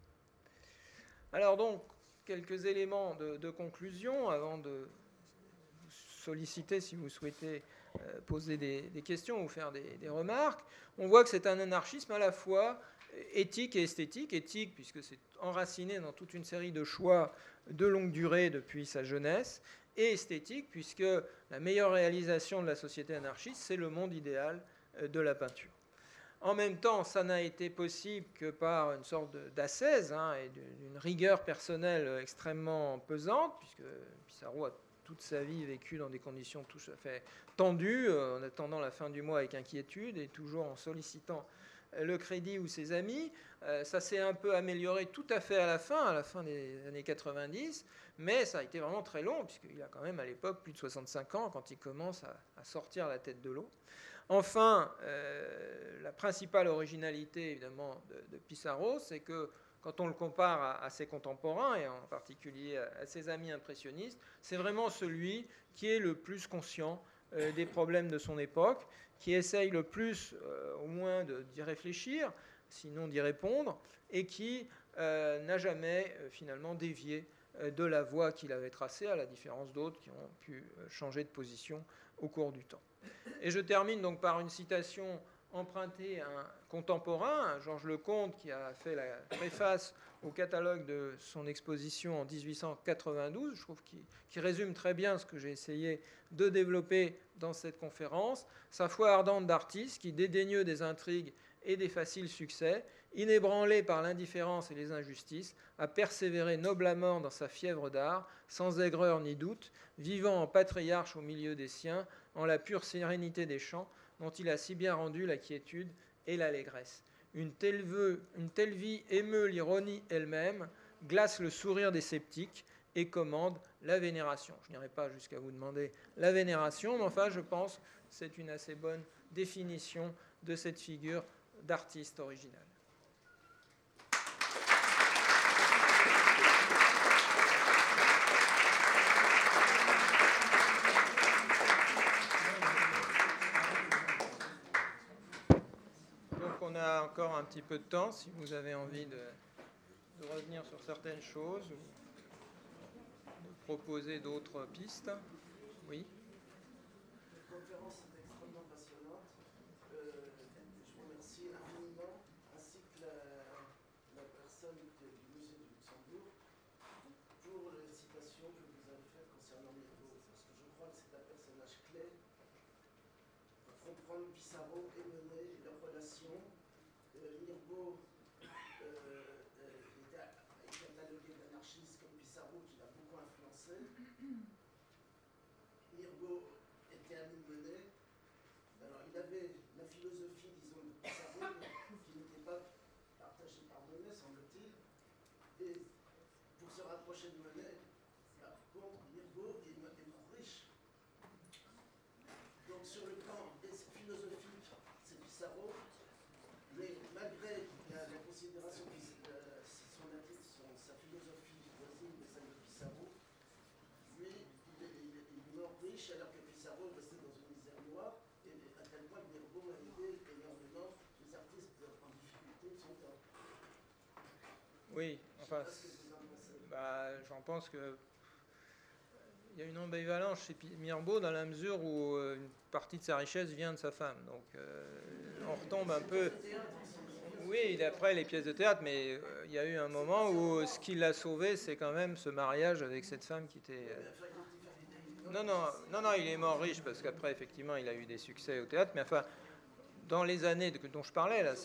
Alors donc, quelques éléments de conclusion avant de vous solliciter si vous souhaitez poser des questions ou faire des remarques. On voit que c'est un anarchisme à la fois éthique et esthétique. Éthique, puisque c'est enraciné dans toute une série de choix de longue durée depuis sa jeunesse, et esthétique, puisque la meilleure réalisation de la société anarchiste, c'est le monde idéal de la peinture. En même temps, ça n'a été possible que par une sorte d'ascèse et d'une rigueur personnelle extrêmement pesante, puisque Pissarro a toute sa vie vécu dans des conditions tout à fait tendues, en attendant la fin du mois avec inquiétude et toujours en sollicitant le crédit ou ses amis. Ça s'est un peu amélioré tout à fait à la fin des années 90, mais ça a été vraiment très long, puisqu'il a quand même à l'époque plus de 65 ans quand il commence à sortir la tête de l'eau. Enfin, la principale originalité, évidemment, de Pissarro, c'est que quand on le compare à ses contemporains, et en particulier à ses amis impressionnistes, c'est vraiment celui qui est le plus conscient des problèmes de son époque, qui essaye le plus, au moins, d'y réfléchir, sinon d'y répondre, et qui n'a jamais, finalement, dévié de la voie qu'il avait tracée, à la différence d'autres qui ont pu changer de position au cours du temps. Et je termine donc par une citation empruntée à un contemporain, Georges Lecomte, qui a fait la préface au catalogue de son exposition en 1892, je trouve qu'il résume très bien ce que j'ai essayé de développer dans cette conférence. Sa foi ardente d'artiste, qui, dédaigneux des intrigues et des faciles succès, inébranlé par l'indifférence et les injustices, a persévéré noblement dans sa fièvre d'art, sans aigreur ni doute, vivant en patriarche au milieu des siens, en la pure sérénité des champs, dont il a si bien rendu la quiétude et l'allégresse. Une telle vie émeut l'ironie elle-même, glace le sourire des sceptiques et commande la vénération. Je n'irai pas jusqu'à vous demander la vénération, mais enfin, je pense que c'est une assez bonne définition de cette figure d'artiste original. Donc on a encore un petit peu de temps si vous avez envie de revenir sur certaines choses ou de proposer d'autres pistes. Oui. La conférence est extrêmement passionnante. Je vous remercie infiniment, ainsi que la personne du musée du Luxembourg, pour les citations que vous avez faites concernant Mirbeau, parce que je crois que c'est un personnage clé pour comprendre Pissarro et Monet et leurs relations. Mirbeau est catalogué d'anarchiste comme Pissarro, qui l'a beaucoup influencé. Mirbeau était ami de Monet. Alors, il avait la philosophie, disons, de Pissarro, qui n'était pas partagée par Monet, semble-t-il. Et pour se rapprocher de Monet, par contre, Mirbeau est riche. Donc, sur le plan philosophique, c'est Pissarro, mais malgré la considération que sa philosophie voisine de celle de Pissarro, lui, il est mort riche alors que Pissarro est resté dans une misère noire, et à tel point que Mirbeau a aidé énormément les artistes en difficulté de son temps. Oui, enfin, j'en pense que il y a une ambivalence chez Mirbeau dans la mesure où une partie de sa richesse vient de sa femme. Donc on retombe un peu. Oui, après les pièces de théâtre, mais il y a eu un moment où ce qui l'a sauvé, c'est quand même ce mariage avec cette femme qui était... Non, non, non, non, il est mort riche parce qu'après, effectivement, il a eu des succès au théâtre, mais enfin, dans les années dont je parlais, là,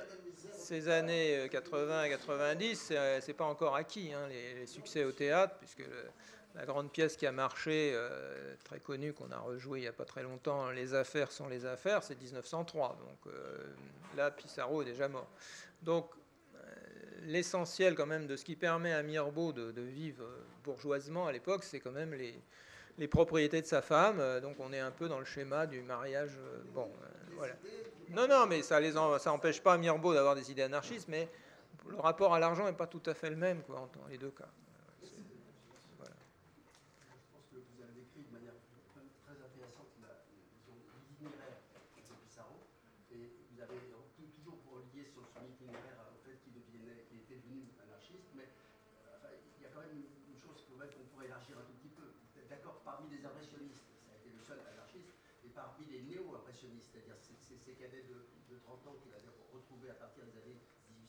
ces années 80 et 90, c'est pas encore acquis, hein, les succès au théâtre, puisque la grande pièce qui a marché, très connue, qu'on a rejouée il n'y a pas très longtemps, Les affaires sont les affaires, c'est 1903. Donc là, Pissarro est déjà mort. Donc l'essentiel quand même de ce qui permet à Mirbeau de vivre bourgeoisement à l'époque, c'est quand même les propriétés de sa femme. Donc on est un peu dans le schéma du mariage. Bon, voilà. Non, non, mais ça n'empêche pas Mirbeau d'avoir des idées anarchistes, mais le rapport à l'argent n'est pas tout à fait le même, quoi, dans les deux cas. Voilà. Je pense que vous avez décrit de manière très intéressante l'itinéraire de Pissarro, et vous avez toujours pour lier son itinéraire au fait qu'il était devenu anarchiste, mais enfin, il y a quand même une chose qu'on pourrait élargir un tout petit peu. D'accord, parmi les impressionnistes, ça a été le seul anarchiste, et parmi les néo-impressionnistes, c'est-à-dire ces cadets de 30 ans qu'il a retrouvés à partir des années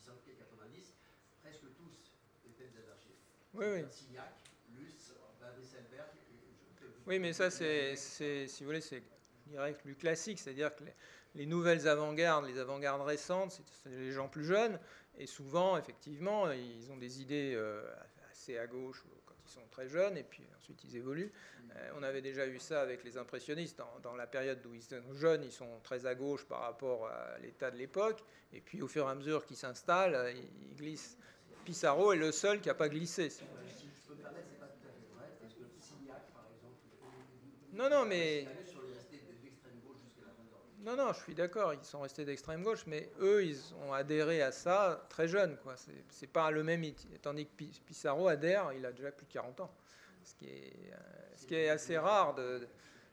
1890, presque tous étaient des anarchistes. Oui, oui. Signac, Luce, Van-Rysselbergh. Oui, mais ça, c'est, si vous voulez, c'est, je dirais, plus classique, c'est-à-dire que les nouvelles avant-gardes, les avant-gardes récentes, c'est les gens plus jeunes, et souvent, effectivement, ils ont des idées assez à gauche quand ils sont très jeunes, et puis ensuite ils évoluent. On avait déjà eu ça avec les impressionnistes. Dans la période où ils sont jeunes, ils sont très à gauche par rapport à l'état de l'époque, et puis au fur et à mesure qu'ils s'installent, ils glissent. Pissarro est le seul qui n'a pas glissé. Si je peux me permettre, c'est pas tout à fait vrai, parce que Signac, par exemple, non, non, mais sur les restés d'extrême gauche jusqu'à la fin de leur vie. non, non, je suis d'accord, ils sont restés d'extrême gauche, mais eux, ils ont adhéré à ça très jeunes, quoi. C'est pas le même, tandis que Pissarro adhère, il a déjà plus de 40 ans, ce qui est assez rare de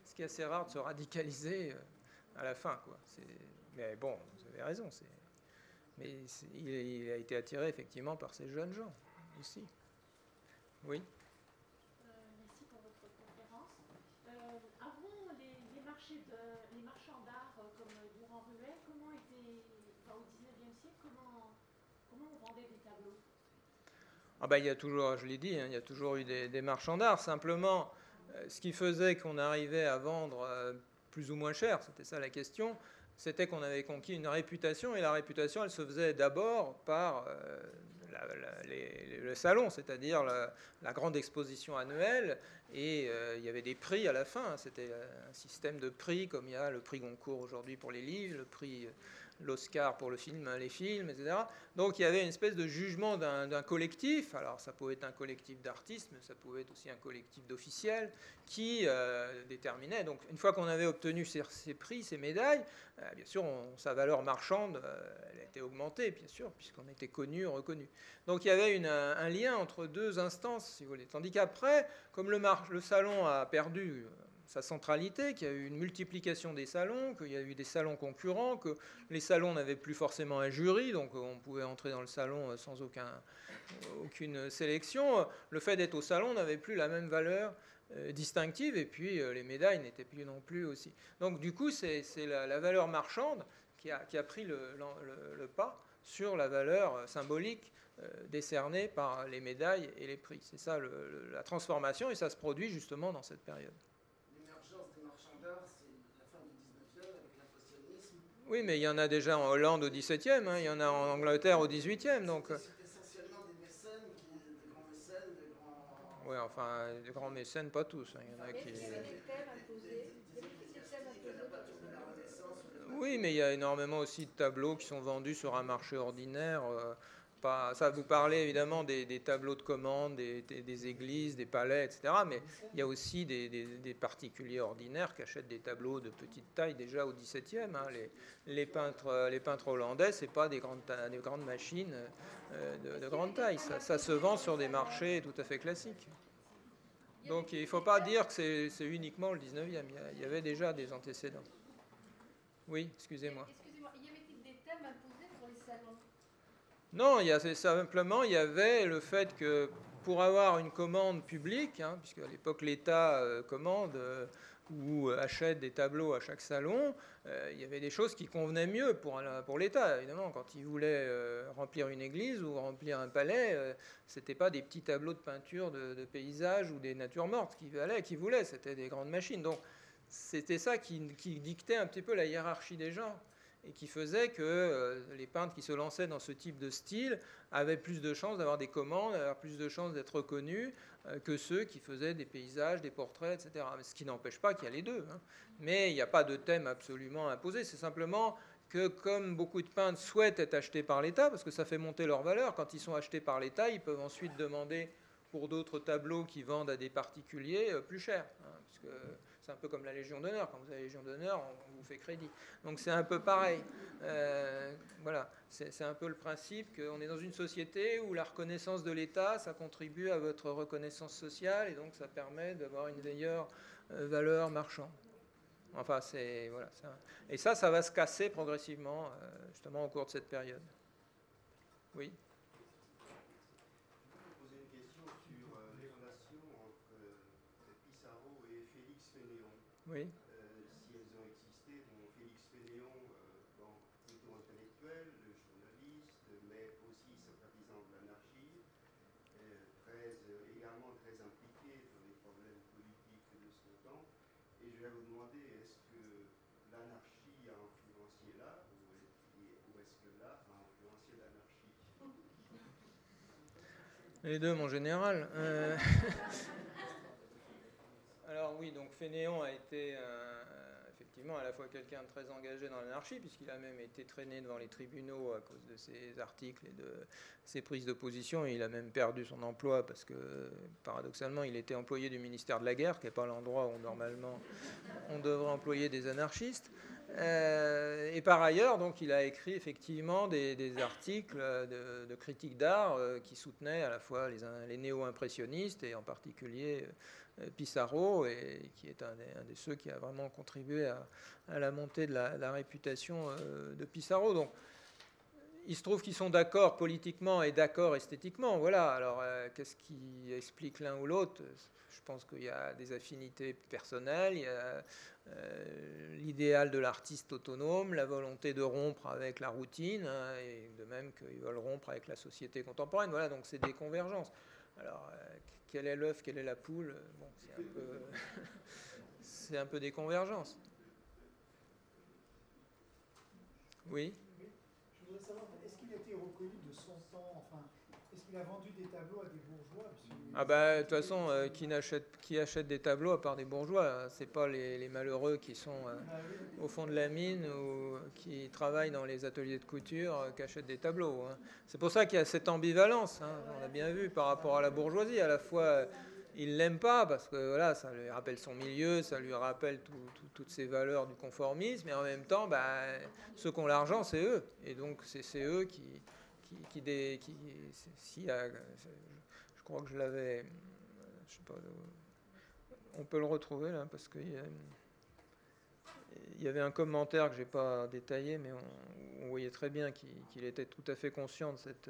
se radicaliser à la fin, quoi. Mais bon, vous avez raison, mais il a été attiré effectivement par ces jeunes gens aussi. Oui. Merci pour votre conférence. Avant les marchands d'art comme Durand-Ruel, comment était, enfin, au XIXe siècle, comment on vendait des tableaux? Ah ben, il y a toujours, je l'ai dit, hein, il y a toujours eu des marchands d'art. Simplement, ce qui faisait qu'on arrivait à vendre plus ou moins cher, c'était ça la question, c'était qu'on avait conquis une réputation, et la réputation, elle se faisait d'abord par le salon, c'est-à-dire la grande exposition annuelle, et il y avait des prix à la fin. C'était un système de prix, comme il y a le prix Goncourt aujourd'hui pour les livres, le prix l'Oscar pour les films, etc. Donc il y avait une espèce de jugement d'un collectif. Alors ça pouvait être un collectif d'artistes, mais ça pouvait être aussi un collectif d'officiels qui déterminait. Donc une fois qu'on avait obtenu ces prix, ces médailles, bien sûr, sa valeur marchande, elle a été augmentée, bien sûr, puisqu'on était connu, reconnu. Donc il y avait un lien entre deux instances, si vous voulez. Tandis qu'après, comme le salon a perdu sa centralité, qu'il y a eu une multiplication des salons, qu'il y a eu des salons concurrents, que les salons n'avaient plus forcément un jury, donc on pouvait entrer dans le salon sans aucune sélection. Le fait d'être au salon n'avait plus la même valeur distinctive, et puis les médailles n'étaient plus non plus aussi. Donc du coup, c'est la valeur marchande qui a pris le pas sur la valeur symbolique décernée par les médailles et les prix. C'est ça la transformation, et ça se produit justement dans cette période. L'émergence des marchands d'art, c'est la fin du 19e avec l'impressionnisme. Oui, mais il y en a déjà en Hollande au XVIIe, hein, il y en a en Angleterre au XVIIIe. Donc c'est essentiellement des mécènes, des grands mécènes, des grands... oui, enfin, des grands mécènes, pas tous. Hein. Il y en a qui... Oui, mais il y a énormément aussi de tableaux qui sont vendus sur un marché ordinaire. Ça, vous parlez évidemment des tableaux de commande, des églises, des palais, etc. Mais il y a aussi des particuliers ordinaires qui achètent des tableaux de petite taille déjà au XVIIe. Hein. Les peintres hollandais, c'est pas des grandes machines de grande taille. Ça se vend sur des marchés tout à fait classiques. Donc il ne faut pas dire que c'est uniquement le 19e. Il y avait déjà des antécédents. Oui, excusez-moi. Excusez-moi, y avait-il des thèmes imposés pour les salons? Non, simplement, il y avait le fait que pour avoir une commande publique, hein, puisque à l'époque l'État commande, ou achètent des tableaux à chaque salon, il y avait des choses qui convenaient mieux pour l'État, évidemment. Quand il voulait remplir une église ou remplir un palais, c'était pas des petits tableaux de peinture de paysages ou des natures mortes qu'il voulait, c'était des grandes machines. Donc c'était ça qui dictait un petit peu la hiérarchie des gens et qui faisait que les peintres qui se lançaient dans ce type de style avaient plus de chances d'avoir des commandes, d'avoir plus de chances d'être reconnus que ceux qui faisaient des paysages, des portraits, etc. Ce qui n'empêche pas qu'il y a les deux. Hein. Mais il n'y a pas de thème absolument imposé. C'est simplement que comme beaucoup de peintres souhaitent être achetés par l'État, parce que ça fait monter leur valeur, quand ils sont achetés par l'État, ils peuvent ensuite demander pour d'autres tableaux qui vendent à des particuliers plus cher. Hein, puisque c'est un peu comme la Légion d'honneur. Quand vous avez la Légion d'honneur, on vous fait crédit. Donc c'est un peu pareil. Voilà, c'est un peu le principe qu'on est dans une société où la reconnaissance de l'État, ça contribue à votre reconnaissance sociale et donc ça permet d'avoir une meilleure valeur marchande. Enfin, c'est voilà. Et ça va se casser progressivement, justement au cours de cette période. Oui. Oui. Si elles ont existé, bon, Félix Fénéon, bon, plutôt intellectuel, journaliste, mais aussi sympathisant de l'anarchie, également très impliqué dans les problèmes politiques de son temps. Et je vais vous demander, est-ce que l'anarchie a influencé l'art ou est-ce que l'art a influencé l'anarchie? Les deux, mon général. Alors oui, donc Fénéon a été effectivement à la fois quelqu'un de très engagé dans l'anarchie, puisqu'il a même été traîné devant les tribunaux à cause de ses articles et de ses prises de position, et il a même perdu son emploi parce que, paradoxalement, il était employé du ministère de la Guerre, qui n'est pas l'endroit où normalement on devrait employer des anarchistes. Et par ailleurs, donc, il a écrit effectivement des articles de critique d'art qui soutenaient à la fois les néo-impressionnistes et en particulier Pissarro, et qui est un des ceux qui a vraiment contribué à la montée de la réputation de Pissarro. Donc, il se trouve qu'ils sont d'accord politiquement et d'accord esthétiquement. Voilà. Alors, qu'est-ce qui explique l'un ou l'autre? Je pense qu'il y a des affinités personnelles, il y a l'idéal de l'artiste autonome, la volonté de rompre avec la routine, hein, et de même qu'ils veulent rompre avec la société contemporaine. Voilà, donc c'est des convergences. Alors, quel est l'œuf, quelle est la poule? Bon, c'est un peu des convergences. Oui. Je voudrais savoir, est-ce qu'il a été reconnu de son temps, enfin, est-ce qu'il a vendu des tableaux à des bourgeois? Ah bah, de toute façon, qui achète des tableaux à part des bourgeois? C'est pas les malheureux qui sont au fond de la mine ou qui travaillent dans les ateliers de couture qui achètent des tableaux. Hein. C'est pour ça qu'il y a cette ambivalence, hein, on l'a bien vu par rapport à la bourgeoisie. À la fois, il l'aime pas parce que voilà, ça lui rappelle son milieu, ça lui rappelle toutes ces valeurs du conformisme, mais en même temps, bah, ceux qui ont l'argent, c'est eux. Et donc, c'est eux qui je crois que je l'avais, je sais pas, on peut le retrouver là, parce qu'il y avait un commentaire que je n'ai pas détaillé, mais on voyait très bien qu'il était tout à fait conscient de cette...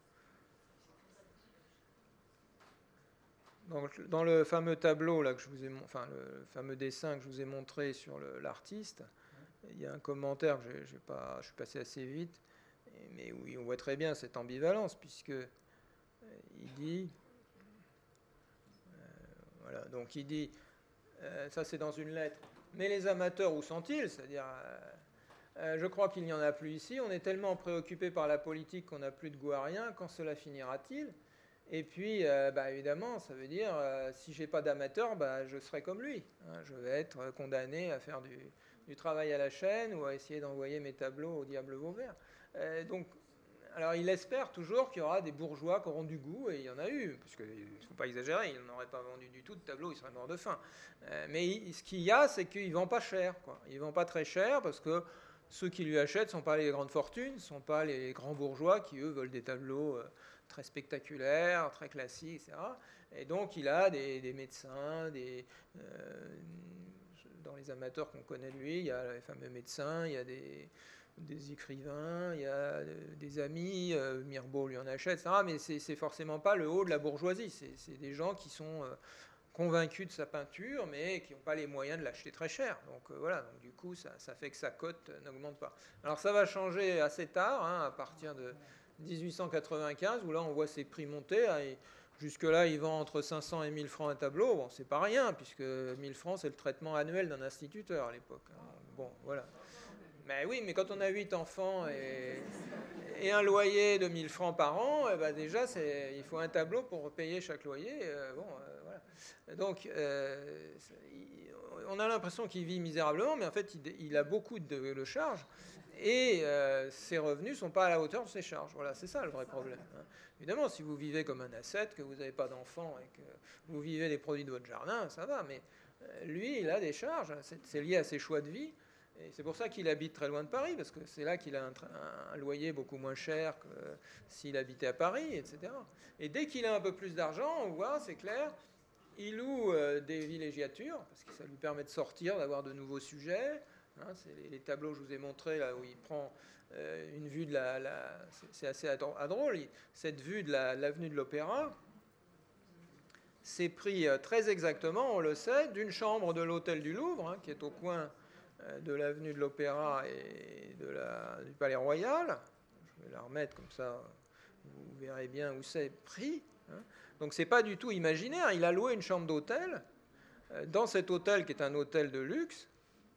Dans le fameux tableau là que je vous ai, enfin le fameux dessin que je vous ai montré sur l'artiste, il y a un commentaire que je suis passé assez vite, mais oui, on voit très bien cette ambivalence, puisque il dit, voilà, donc il dit, ça c'est dans une lettre, mais les amateurs où sont-ils? C'est-à-dire, je crois qu'il n'y en a plus ici, on est tellement préoccupé par la politique qu'on n'a plus de goût à rien, quand cela finira-t-il? Et puis, bah, évidemment, ça veut dire, si je n'ai pas d'amateur, bah, je serai comme lui. Hein, je vais être condamné à faire du travail à la chaîne ou à essayer d'envoyer mes tableaux au diable Vauvert. Donc, alors il espère toujours qu'il y aura des bourgeois qui auront du goût, et il y en a eu, parce qu'il ne faut pas exagérer, il n'aurait pas vendu du tout de tableaux, il serait mort de faim. Mais ce qu'il y a, c'est qu'il ne vend pas cher, quoi. Il ne vend pas très cher, parce que ceux qui lui achètent ne sont pas les grandes fortunes, ne sont pas les grands bourgeois qui, eux, veulent des tableaux très spectaculaires, très classiques, etc. Et donc il a des médecins, dans les amateurs qu'on connaît de lui, il y a les fameux médecins, il y a des écrivains, il y a des amis, Mirbeau lui en achète, etc. Mais c'est forcément pas le haut de la bourgeoisie. C'est des gens qui convaincus de sa peinture, mais qui n'ont pas les moyens de l'acheter très cher. Donc voilà, donc, du coup, ça fait que sa cote n'augmente pas. Alors ça va changer assez tard, à partir de 1895, où là on voit ses prix monter. Jusque-là, il vend entre 500 et 1000 francs un tableau. Bon, c'est pas rien, puisque 1000 francs, c'est le traitement annuel d'un instituteur à l'époque. Bon, voilà. Mais oui, mais quand on a 8 enfants et un loyer de 1000 francs par an, déjà, il faut un tableau pour payer chaque loyer. Voilà. Donc, on a l'impression qu'il vit misérablement, mais en fait, il a beaucoup de charges. Et ses revenus ne sont pas à la hauteur de ses charges. Voilà, c'est ça le vrai problème. Évidemment, si vous vivez comme un ascète, que vous n'avez pas d'enfants et que vous vivez des produits de votre jardin, ça va. Mais lui, il a des charges. C'est lié à ses choix de vie. Et c'est pour ça qu'il habite très loin de Paris, parce que c'est là qu'il a un loyer beaucoup moins cher que s'il habitait à Paris, etc. Et dès qu'il a un peu plus d'argent, on voit, c'est clair, il loue des villégiatures, parce que ça lui permet de sortir, d'avoir de nouveaux sujets. C'est les tableaux que je vous ai montrés, là où il prend une vue de c'est assez drôle, cette vue de l'avenue de l'Opéra, c'est pris très exactement, on le sait, d'une chambre de l'hôtel du Louvre, qui est au coin de l'avenue de l'Opéra et du Palais Royal. Je vais la remettre comme ça, vous verrez bien où c'est pris. Donc c'est pas du tout imaginaire, il a loué une chambre d'hôtel, dans cet hôtel qui est un hôtel de luxe.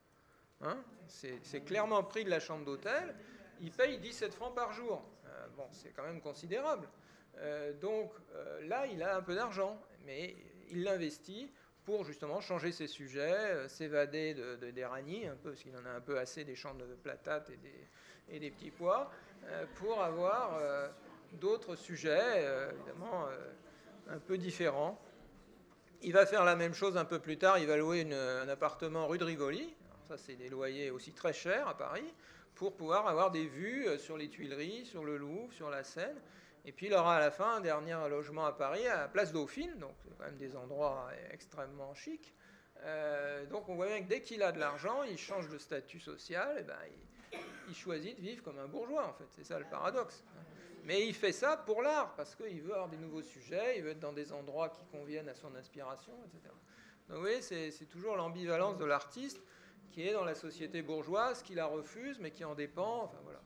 C'est clairement pris de la chambre d'hôtel. Il paye 17 francs par jour. Bon, c'est quand même considérable. Donc là, il a un peu d'argent, mais il l'investit pour justement changer ses sujets, s'évader d'Errani, un peu, parce qu'il en a un peu assez des champs de patates et des petits pois, pour avoir d'autres sujets, évidemment, un peu différents. Il va faire la même chose un peu plus tard, il va louer un appartement rue de Rivoli. Ça, c'est des loyers aussi très chers à Paris, pour pouvoir avoir des vues sur les Tuileries, sur le Louvre, sur la Seine. Et puis il aura à la fin un dernier logement à Paris, à la Place Dauphine, donc c'est quand même des endroits extrêmement chics. Donc on voit bien que dès qu'il a de l'argent, il change de statut social, et il choisit de vivre comme un bourgeois, en fait. C'est ça le paradoxe. Mais il fait ça pour l'art, parce qu'il veut avoir des nouveaux sujets, il veut être dans des endroits qui conviennent à son inspiration, etc. Donc vous voyez, c'est toujours l'ambivalence de l'artiste qui est dans la société bourgeoise, qui la refuse, mais qui en dépend. Enfin, voilà.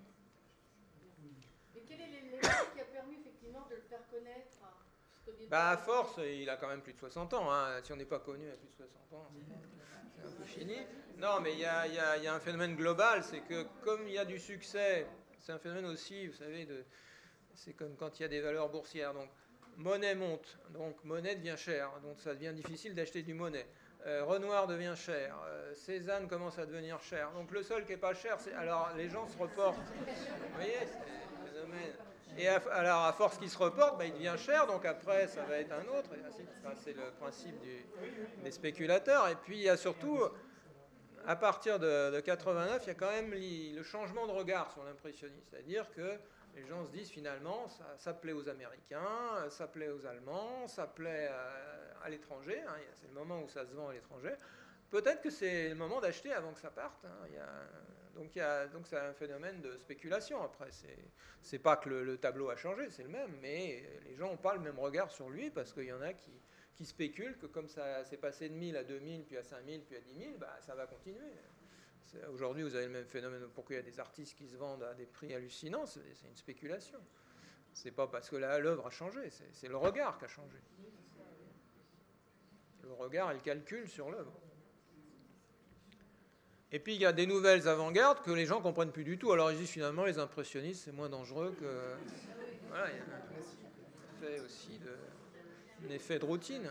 Mais quel est l'élément qui a permis effectivement de le faire connaître? À force, il a quand même plus de 60 ans. Si on n'est pas connu à plus de 60 ans, c'est un peu fini. Non, mais il y a un phénomène global, c'est que comme il y a du succès, c'est un phénomène aussi, vous savez, c'est comme quand il y a des valeurs boursières. Donc, monnaie monte, donc monnaie devient chère, donc ça devient difficile d'acheter du monnaie. Renoir devient cher, Cézanne commence à devenir cher. Donc le seul qui n'est pas cher, alors les gens se reportent. Vous voyez, c'est un phénomène. Et alors à force qu'il se reporte, il devient cher, donc après ça va être un autre. C'est le principe des spéculateurs. Et puis il y a surtout, à partir de 89, il y a quand même le changement de regard sur l'impressionnisme. C'est-à-dire que les gens se disent finalement, ça plaît aux Américains, ça plaît aux Allemands, ça plaît à l'étranger. C'est le moment où ça se vend à l'étranger. Peut-être que c'est le moment d'acheter avant que ça parte. Donc c'est un phénomène de spéculation. Après, c'est pas que le tableau a changé, c'est le même, mais les gens n'ont pas le même regard sur lui parce qu'il y en a qui spéculent que comme ça s'est passé de 1000 à 2000, puis à 5000, puis à 10 000, ça va continuer. Aujourd'hui, vous avez le même phénomène. Pourquoi il y a des artistes qui se vendent à des prix hallucinants? C'est une spéculation. C'est pas parce que l'œuvre a changé, c'est le regard qui a changé. Le regard et le calcul sur l'œuvre. Et puis il y a des nouvelles avant-gardes que les gens ne comprennent plus du tout. Alors ils disent finalement les impressionnistes c'est moins dangereux que... Voilà, il y a un effet aussi un effet de routine.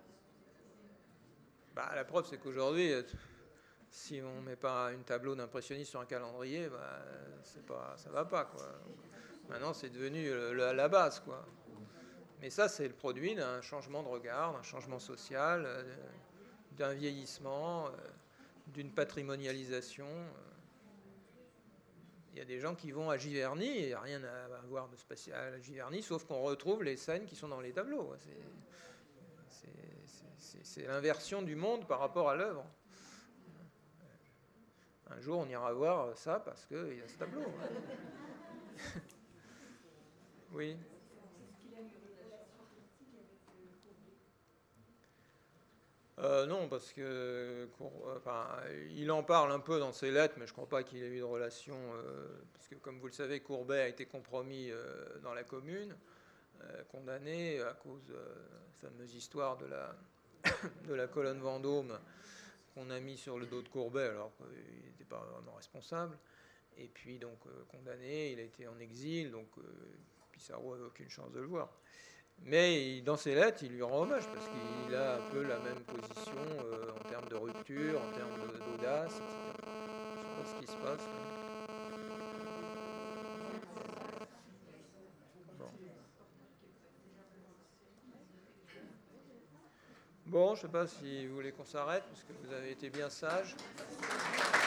La preuve c'est qu'aujourd'hui... Si on ne met pas un tableau d'impressionniste sur un calendrier, ça va pas, quoi. Maintenant, c'est devenu la base, quoi. Mais ça, c'est le produit d'un changement de regard, d'un changement social, d'un vieillissement, d'une patrimonialisation. Il y a des gens qui vont à Giverny, et il n'y a rien à voir de spécial à Giverny, sauf qu'on retrouve les scènes qui sont dans les tableaux. C'est l'inversion du monde par rapport à l'œuvre. Un jour, on ira voir ça parce qu'il y a ce tableau. Oui. Non, parce que il en parle un peu dans ses lettres, mais je ne crois pas qu'il ait eu de relation, parce que comme vous le savez, Courbet a été compromis dans la commune, condamné à cause de la fameuse histoire de la colonne Vendôme qu'on a mis sur le dos de Courbet alors qu'il n'était pas vraiment responsable. Et puis donc condamné, il a été en exil, donc Pissarro n'avait aucune chance de le voir. Mais dans ses lettres, il lui rend hommage parce qu'il a un peu la même position en termes de rupture, en termes d'audace, etc. Je ne sais pas ce qui se passe. Bon, je ne sais pas si vous voulez qu'on s'arrête parce que vous avez été bien sage.